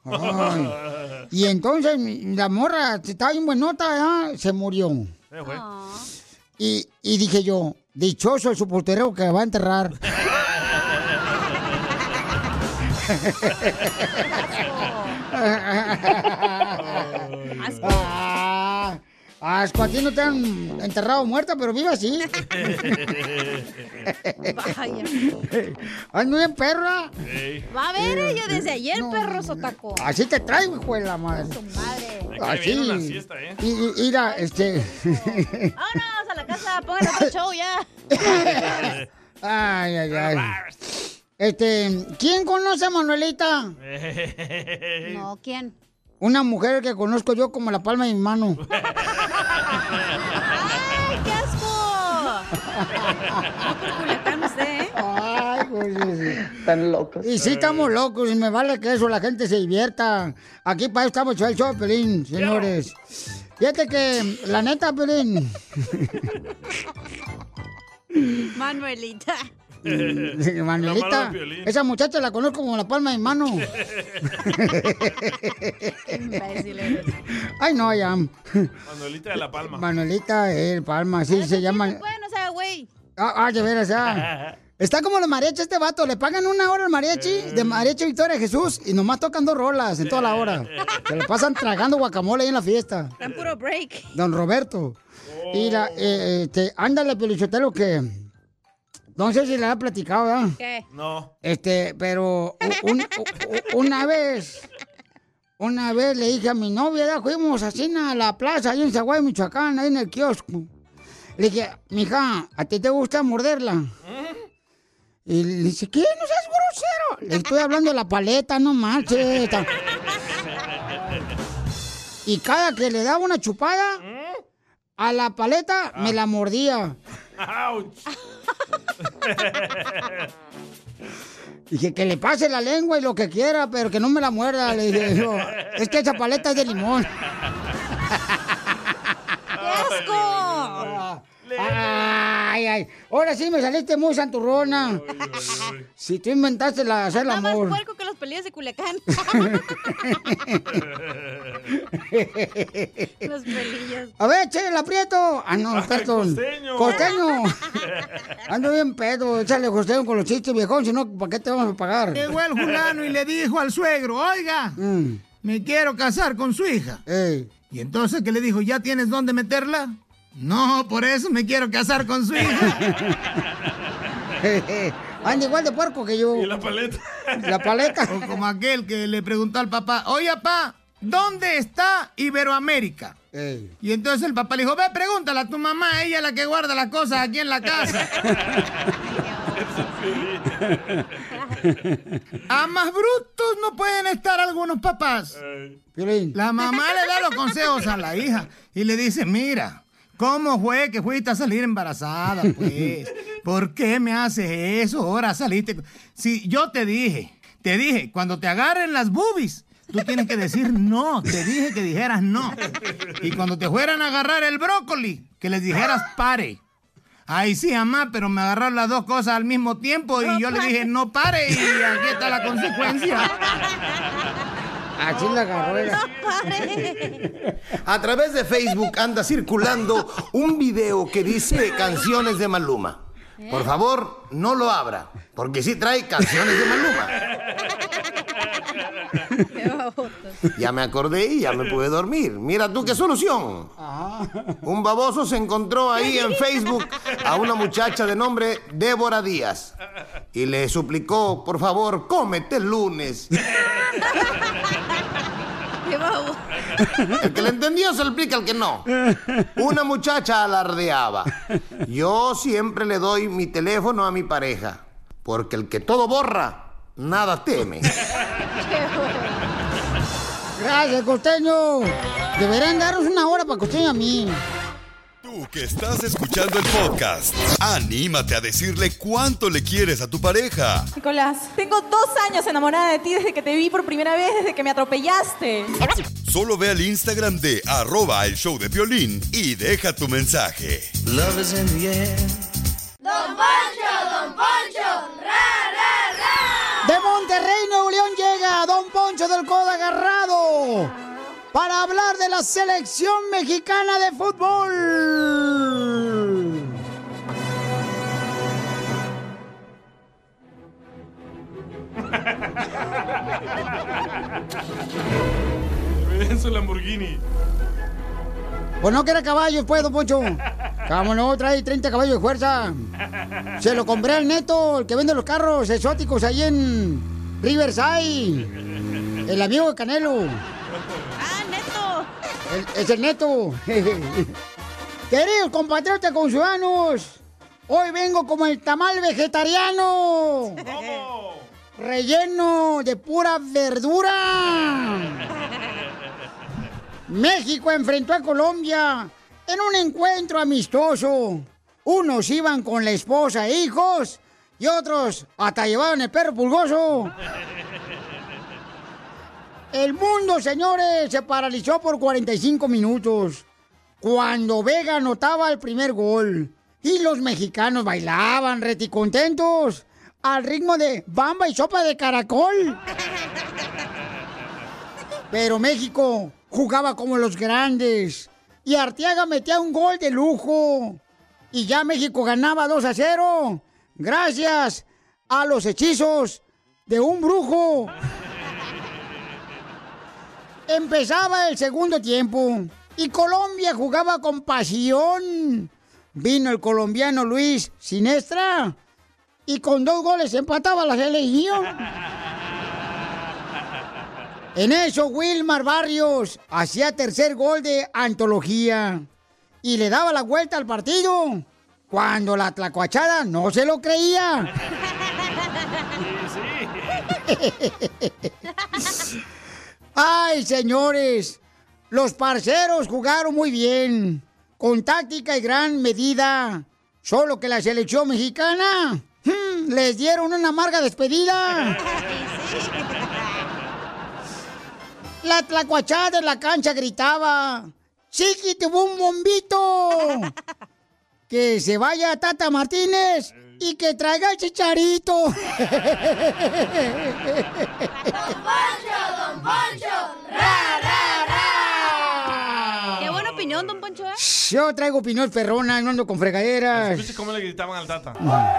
Y entonces la morra estaba bien buenota, se murió. Y dije yo, dichoso el sepulturero que va a enterrar. Asco, a ti no te han enterrado muerta, pero viva así. Vaya. Ando bien, perra. Va a ver, yo desde ayer, perro sotaco. Así te traigo, hijo de la madre. Su madre. Así. Una siesta, Y mira, Vámonos a la casa, pongan otro show ya. Ay. ¿Quién conoce a Manuelita? No, ¿quién? Una mujer que conozco yo como la palma de mi mano. ¡Ay, qué asco! No, por Culiacán usted, ¿eh? Ay, pues. Están locos. Y sí, estamos locos, y me vale que eso, la gente se divierta. Aquí para eso estamos el show de Pelín, señores. Fíjate que, la neta, Pelín. Manuelita. Manuelita, esa muchacha la conozco como la palma de mi mano. Ay, no, ya. Manuelita de la Palma. Manuelita el Palma, sí se llama. Bueno, o sea, güey. De veras, ya. Está como los mariachis este vato, le pagan 1 hora al mariachi, de mariachi Victoria Jesús, y nomás tocan 2 rolas en toda la hora. Se lo pasan tragando guacamole ahí en la fiesta. Está en puro break. Don Roberto. Mira, ándale, Pelichotelo, que... No sé si le ha platicado, ¿verdad? ¿Qué? No. Pero una vez le dije a mi novia, ya fuimos así a la plaza, ahí en Zaguayo, Michoacán, ahí en el kiosco. Le dije, mija, ¿a ti te gusta morderla? Y le dice, ¿qué? No seas grosero. Le estoy hablando de la paleta, no marches. Y cada que le daba una chupada a la paleta, me la mordía. ¡Auch! Dije, que le pase la lengua y lo que quiera, pero que no me la muerda. Le dije, no, es que esa paleta es de limón. ¡Qué asco! Ay. Ahora sí me saliste muy santurrona. Si tú inventaste hacer el amor. Está más puerco que los pelillos de Culiacán. Los pelillos. A ver, che, el aprieto. Ah, no, perdón. Costeño. Ando bien pedo. Échale costeño con los chistes, viejón. Si no, ¿para qué te vamos a pagar? Llegó el fulano y le dijo al suegro, oiga, me quiero casar con su hija. Y entonces, ¿qué le dijo? ¿Ya tienes dónde meterla? No, por eso me quiero casar con su hija. Anda igual de puerco que yo. Y la paleta. La paleta. O como aquel que le preguntó al papá, oye, papá, ¿dónde está Iberoamérica? Y entonces el papá le dijo, ve, pregúntale a tu mamá, ella es la que guarda las cosas aquí en la casa. A más brutos no pueden estar algunos papás. La mamá le da los consejos a la hija y le dice, mira, ¿cómo fue que fuiste a salir embarazada, pues? ¿Por qué me haces eso? Ahora saliste... Si yo te dije, cuando te agarren las boobies, tú tienes que decir no. Te dije que dijeras no. Y cuando te fueran a agarrar el brócoli, que les dijeras pare. Ay, sí, mamá, pero me agarraron las dos cosas al mismo tiempo y yo le dije no pare y aquí está la consecuencia. Así la agarró. A través de Facebook anda circulando un video que dice canciones de Maluma. Por favor, no lo abra, porque sí trae canciones de Maluma. Ya me acordé y ya me pude dormir. Mira tú qué solución. Un baboso se encontró ahí en Facebook a una muchacha de nombre Débora Díaz y le suplicó, por favor, cómete el lunes. El que le entendió se le explica al que no. Una muchacha alardeaba. Yo siempre le doy mi teléfono a mi pareja, porque el que todo borra, nada teme. Gracias, costeño. Deberán daros una hora para costeño a mí. Tú que estás escuchando el podcast, anímate a decirle cuánto le quieres a tu pareja. Nicolás, tengo 2 años enamorada de ti desde que te vi por primera vez, desde que me atropellaste. Solo ve al Instagram de @elshowdepiolín y deja tu mensaje. Love is in the air. Don Poncho, ra, ra, ra. De Monterrey, Nuevo León llega Don Poncho del Codo Agarrado para hablar de la selección mexicana de fútbol. En su Lamborghini. Pues no quiere caballos, pues, Don Poncho. Cómo no, trae 30 caballos de fuerza. Se lo compré al Neto, el que vende los carros exóticos ahí en Riverside. El amigo de Canelo. ¡Ah, Neto! Es el Neto. Queridos compatriotas conciudadanos, hoy vengo como el tamal vegetariano. ¿Cómo? Relleno de pura verdura. México enfrentó a Colombia en un encuentro amistoso. Unos iban con la esposa e hijos y otros hasta llevaban el perro pulgoso. El mundo, señores, se paralizó por 45 minutos cuando Vega anotaba el primer gol y los mexicanos bailaban reticontentos al ritmo de bamba y sopa de caracol. Pero México jugaba como los grandes y Arteaga metía un gol de lujo y ya México ganaba 2-0 gracias a los hechizos de un brujo. Empezaba el segundo tiempo y Colombia jugaba con pasión. Vino el colombiano Luis Sinestra y con 2 goles empataba la selección. En eso, Wilmar Barrios hacía tercer gol de antología y le daba la vuelta al partido cuando la tlacuachada no se lo creía. Ay, señores, los parceros jugaron muy bien, con táctica y gran medida, solo que la selección mexicana les dieron una amarga despedida. La tlacuachada en la cancha gritaba: ¡Chiquito, un bombito! Que se vaya Tata Martínez y que traiga el Chicharito. Yo traigo opinión perrona, no ando con fregaderas. Escuche cómo le gritaban al Tata.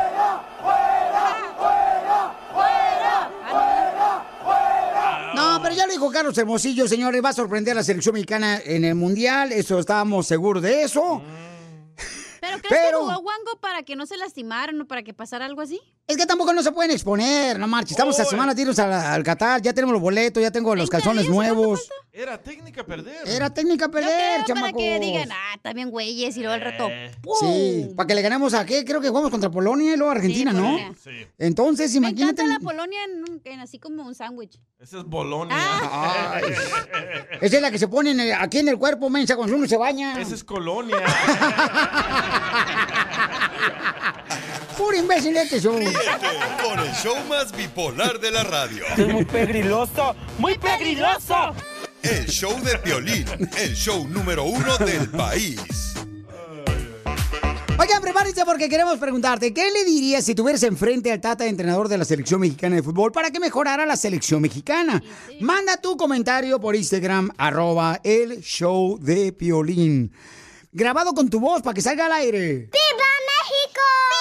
No, pero ya lo dijo Carlos Hermosillo, señores, va a sorprender a la selección mexicana en el Mundial, eso estábamos seguros de eso. ¿Pero crees que jugó Wango para que no se lastimaran o para que pasara algo así? Es que tampoco no se pueden exponer, no marches. Estamos a semana de irnos al Qatar, ya tenemos los boletos, ya tengo los calzones nuevos. Era técnica perder. Era técnica perder, chamacos. Para que digan, también güeyes, y luego al rato. ¡pum! Sí, para que le ganemos a qué, creo que jugamos contra Polonia y luego Argentina, Sí, ¿no? Polonia. Sí. Entonces, imagínate. Me encanta la Polonia en así como un sándwich. Esa es Bolonia. Ay. Esa es la que se pone aquí en el cuerpo, mensa, cuando uno se baña. Esa es Colonia. Puro imbécil este show. Con el show más bipolar de la radio. Es muy pegriloso, muy pegriloso. El show de Piolín, el show número 1 del país. Oigan, prepárense porque queremos preguntarte, ¿qué le dirías si tuvieras enfrente al Tata, entrenador de la selección mexicana de fútbol, para que mejorara la selección mexicana? Sí. Manda tu comentario por Instagram, @el show de Piolín. Grabado con tu voz para que salga al aire. ¡Viva México!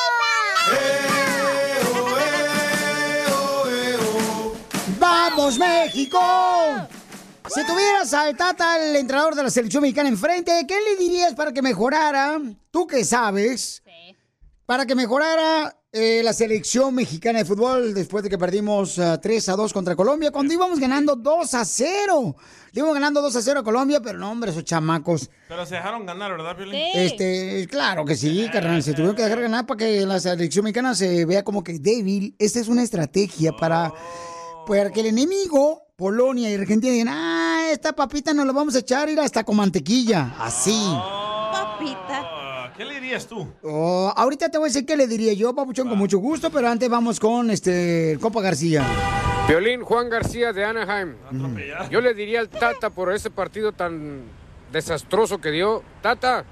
¡Vamos, México! Si tuvieras al Tata, el entrenador de la selección mexicana, enfrente, ¿qué le dirías para que mejorara? ¿Tú qué sabes? Sí. Para que mejorara la selección mexicana de fútbol después de que perdimos 3-2 contra Colombia, cuando íbamos ganando 2-0. Le íbamos ganando 2-0 a Colombia, pero no, hombre, esos chamacos. Pero se dejaron ganar, ¿verdad, Piolín? Sí. Claro que sí, carnal. Se tuvieron que dejar ganar para que la selección mexicana se vea como que débil. Esta es una estrategia para que el enemigo, Polonia y Argentina, digan, esta papita nos la vamos a echar ir hasta con mantequilla. Así. Papita. ¿Qué le dirías tú? Ahorita te voy a decir qué le diría yo, papuchón, con mucho gusto, pero antes vamos con el Copa García. Piolín, Juan García de Anaheim. Yo le diría al Tata por ese partido tan desastroso que dio. Tata.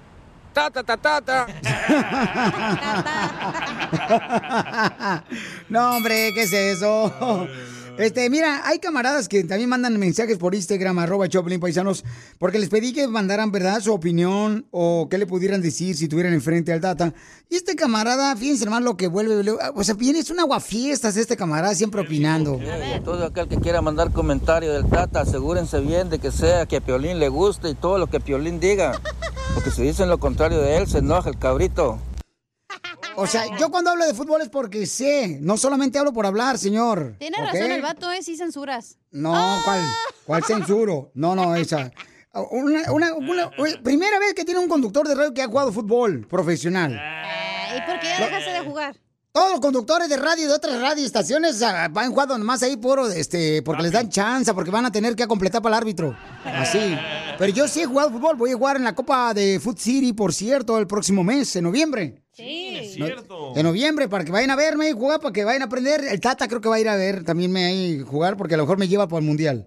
No, hombre, ¿qué es eso? Mira, hay camaradas que también mandan mensajes por Instagram, @Choplin Paisanos, porque les pedí que mandaran, ¿verdad?, su opinión o qué le pudieran decir si estuvieran enfrente al Tata. Y este camarada, fíjense hermano lo que vuelve, o sea, bien, es un aguafiestas este camarada, siempre opinando. Todo aquel que quiera mandar comentario del Tata, asegúrense bien de que sea que a Piolín le guste y todo lo que Piolín diga. Porque si dicen lo contrario de él, se enoja el cabrito. O sea, yo cuando hablo de fútbol es porque sé, no solamente hablo por hablar, señor. Tiene razón el vato, sí censuras. No, ¿cuál censuro? No, esa. Primera vez que tiene un conductor de radio que ha jugado fútbol profesional. ¿Y por qué ya dejaste de jugar? Todos los conductores de radio de otras radioestaciones van jugando nomás ahí porque les dan chance, porque van a tener que completar para el árbitro. Así. Pero yo sí he jugado fútbol, voy a jugar en la Copa de Foot City, por cierto, el próximo mes, en noviembre. Sí, es cierto. En noviembre, para que vayan a verme y jugar, para que vayan a aprender. El Tata creo que va a ir a ver también jugar, porque a lo mejor me lleva por el Mundial.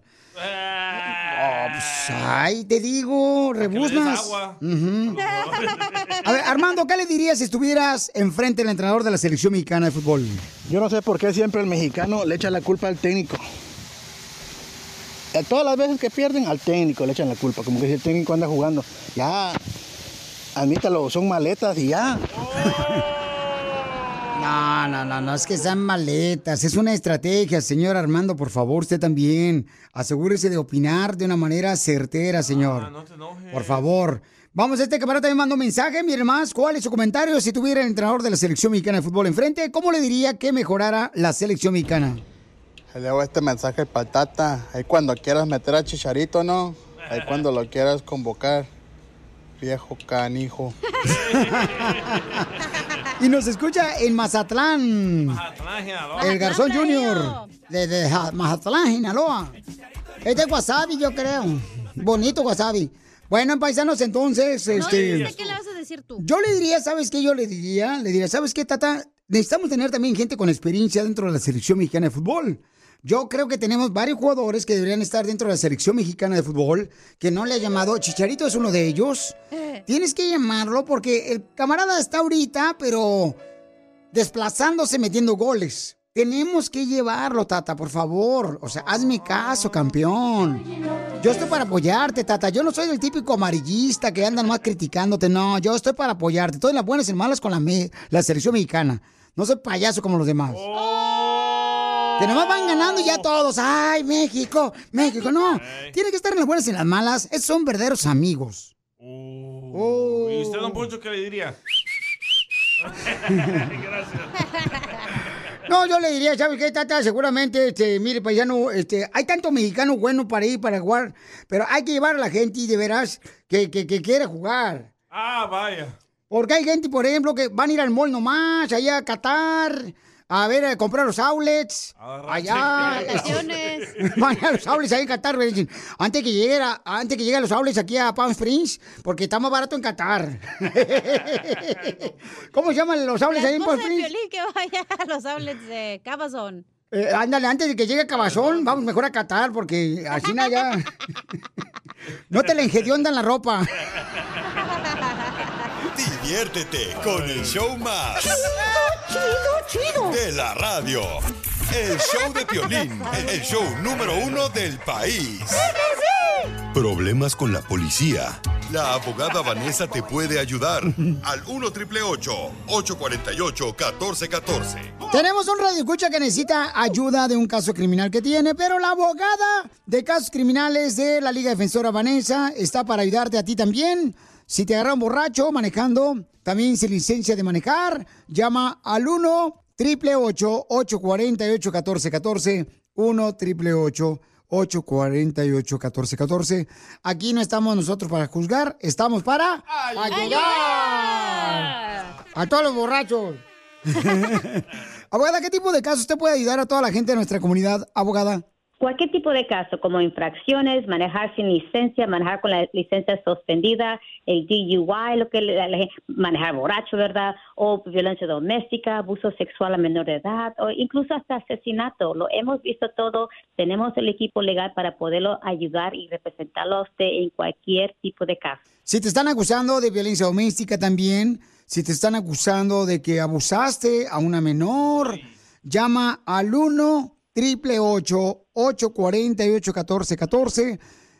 Ay, te digo, rebuznas. A ver, Armando, ¿qué le dirías si estuvieras enfrente del entrenador de la selección mexicana de fútbol? Yo no sé por qué siempre el mexicano le echa la culpa al técnico. Todas las veces que pierden, al técnico le echan la culpa, como que si el técnico anda jugando. Ya, admítalo, son maletas y ya. No, es que sean maletas, es una estrategia, señor Armando, por favor, usted también. Asegúrese de opinar de una manera certera, señor. No te enojes. Por favor. Vamos, camarada también mandó un mensaje, miren más, ¿cuál es su comentario si tuviera el entrenador de la selección mexicana de fútbol enfrente? ¿Cómo le diría que mejorara la selección mexicana? Le hago este mensaje para Tata, ahí cuando quieras meter a Chicharito, ¿no? Ahí cuando lo quieras convocar, viejo canijo. Y nos escucha en Mazatlán. El Garzón Junior de Mazatlán, Sinaloa. Es de wasabi, yo creo. Bonito wasabi. Bueno, paisanos, entonces... No, ¿qué le vas a decir tú? Yo le diría, ¿sabes qué? Yo le diría, ¿sabes qué, Tata? Necesitamos tener también gente con experiencia dentro de la selección mexicana de fútbol. Yo creo que tenemos varios jugadores que deberían estar dentro de la selección mexicana de fútbol, que no le ha llamado. Chicharito es uno de ellos. Tienes que llamarlo porque el camarada está ahorita, pero desplazándose, metiendo goles. Tenemos que llevarlo, Tata, por favor. O sea, hazme caso, campeón. Yo estoy para apoyarte, Tata. Yo no soy el típico amarillista que andan más criticándote. No, yo estoy para apoyarte. Estoy en las buenas y en malas con la selección mexicana. No soy payaso como los demás. Que nomás van ganando y ya todos. ¡Ay, México! ¡México! No, tiene que estar en las buenas y en las malas. Esos son verdaderos amigos. ¿Y usted, don Poncho, qué le diría? Gracias. No, yo le diría, ¿sabes qué, Tata? Seguramente, mire, paisano, hay tanto mexicano bueno para ir, para jugar, pero hay que llevar a la gente, y de veras, que quiere jugar. Ah, vaya. Porque hay gente, por ejemplo, que van a ir al mall nomás, allá a Qatar, a ver, a comprar los outlets. Allá. Van a los outlets ahí en Qatar, dicen, antes que lleguen los outlets aquí a Palm Springs, porque está más barato en Qatar. ¿Cómo se llaman los outlets ahí en Palm Springs? Piolín que vaya a los outlets de Cabazón. Ándale, antes de que llegue Cabazón, vamos mejor a Qatar, porque así no ya. No te le enjediondan la ropa. Diviértete con el show más chido de la radio. El show de Piolín, el show número 1 del país. ¿Problemas con la policía? La abogada Vanessa te puede ayudar. Al 1-888-848-1414. Tenemos un radioescucha que necesita ayuda de un caso criminal que tiene, pero la abogada de casos criminales de la Liga Defensora Vanessa está para ayudarte a ti también. Si te agarran borracho manejando, también sin licencia de manejar, llama al 1-888-848-1414. 1-888-848-1414. Aquí no estamos nosotros para juzgar, estamos para ayudar a todos los borrachos. Abogada, ¿qué tipo de casos usted puede ayudar a toda la gente de nuestra comunidad, abogada? Cualquier tipo de caso, como infracciones, manejar sin licencia, manejar con la licencia suspendida, el DUI, lo que manejar borracho, ¿verdad? O violencia doméstica, abuso sexual a menor de edad, o incluso hasta asesinato. Lo hemos visto todo. Tenemos el equipo legal para poderlo ayudar y representarlo a usted en cualquier tipo de caso. Si te están acusando de violencia doméstica también, si te están acusando de que abusaste a una menor, llama al 1-888-848-1414.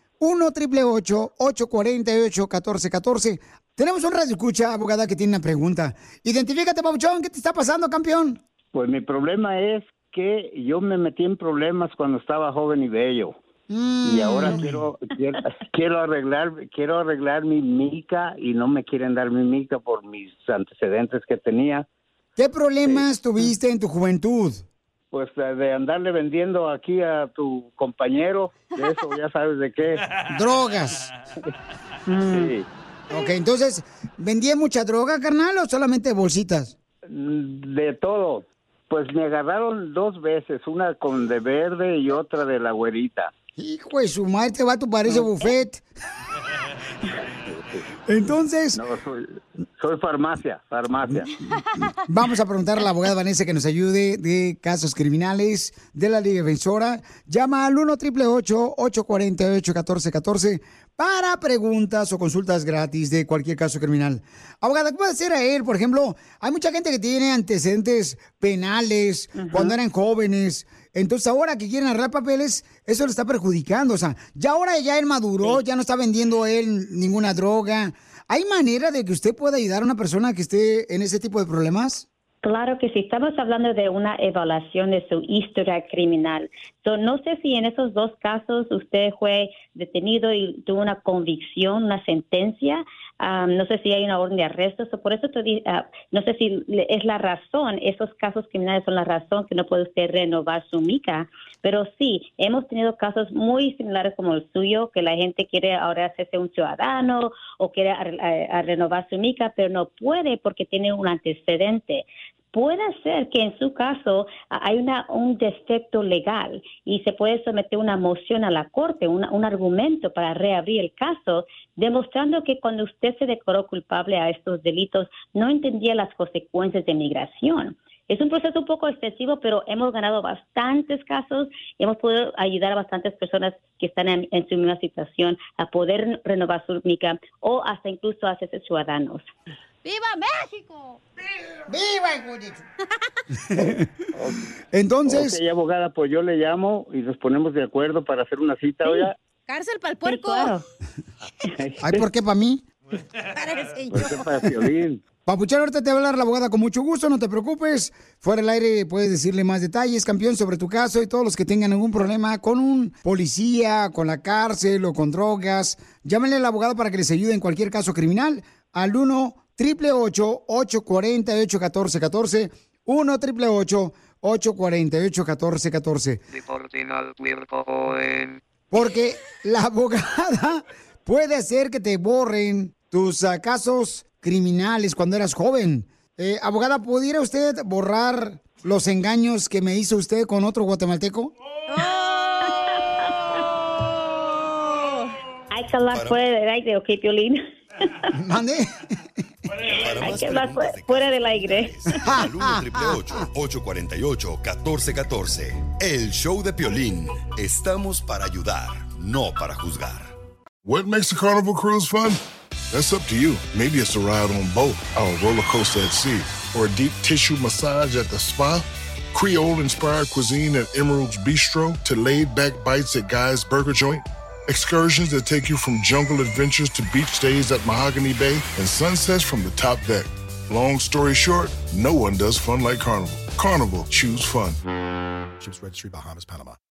1-888-848-1414. Tenemos un radio escucha, abogada, que tiene una pregunta. Identifícate, papuchón, ¿qué te está pasando, campeón? Pues mi problema es que yo me metí en problemas cuando estaba joven y bello. Y ahora quiero arreglar mi mica y no me quieren dar mi mica por mis antecedentes que tenía. ¿Qué problemas tuviste en tu juventud? Pues de andarle vendiendo aquí a tu compañero, de eso ya sabes de qué. Drogas. Sí. Ok, entonces, ¿vendía mucha droga, carnal, o solamente bolsitas? De todo. Pues me agarraron 2 veces, una con de verde y otra de la güerita. Hijo de su madre, te va a tu parece buffet. Entonces... No, soy farmacia. Vamos a preguntar a la abogada Vanessa que nos ayude de casos criminales de la Liga Defensora. Llama al 1-888-848-1414 para preguntas o consultas gratis de cualquier caso criminal. Abogada, ¿qué puede hacer a él? Por ejemplo, hay mucha gente que tiene antecedentes penales cuando eran jóvenes. Entonces ahora que quieren arreglar papeles, eso le está perjudicando. O sea, ahora él maduró, ya no está vendiendo él ninguna droga. ¿Hay manera de que usted pueda ayudar a una persona que esté en ese tipo de problemas? Claro que sí, estamos hablando de una evaluación de su historia criminal. No sé si en esos 2 casos usted fue detenido y tuvo una convicción, una sentencia. No sé si hay una orden de arresto. Por eso no sé si es la razón, esos casos criminales son la razón que no puede usted renovar su mica. Pero sí, hemos tenido casos muy similares como el suyo, que la gente quiere ahora hacerse un ciudadano o quiere renovar su mica, pero no puede porque tiene un antecedente. Puede ser que en su caso hay un defecto legal y se puede someter una moción a la corte, un argumento para reabrir el caso, demostrando que cuando usted se declaró culpable a estos delitos no entendía las consecuencias de migración. Es un proceso un poco excesivo, pero hemos ganado bastantes casos y hemos podido ayudar a bastantes personas que están en su misma situación a poder renovar su mica o hasta incluso hacerse ciudadanos. ¡Viva México! ¡Viva, hijo de Entonces... Ok, abogada, pues yo le llamo y nos ponemos de acuerdo para hacer una cita, oiga. Cárcel para el puerco. Ay, ¿por qué para mí? ¿Por qué para Piolín? Papuchón, ahorita te va a hablar la abogada con mucho gusto, no te preocupes. Fuera del aire puedes decirle más detalles, campeón, sobre tu caso y todos los que tengan algún problema con un policía, con la cárcel o con drogas. Llámenle al abogado para que les ayude en cualquier caso criminal al 1-888-848-1414. 1-888-848-1414. Deporten al puerco joven. Porque la abogada puede hacer que te borren tus casos criminales cuando eras joven. Abogada, ¿pudiera usted borrar los engaños que me hizo usted con otro guatemalteco? Hay que hablar fuera del aire, ¿ok, Piolín? ¿Mande? Hay que hablar fuera del aire. Al 1-888-848-1414. El show de Piolín. Estamos para ayudar, no para juzgar. What makes a Carnival cruise fun? That's up to you. Maybe it's a ride on boat, or a roller coaster at sea, or a deep tissue massage at the spa, Creole-inspired cuisine at Emerald's Bistro, to laid-back bites at Guy's Burger Joint, excursions that take you from jungle adventures to beach stays at Mahogany Bay, and sunsets from the top deck. Long story short, no one does fun like Carnival. Carnival, choose fun. Ships Registry, Bahamas, Panama.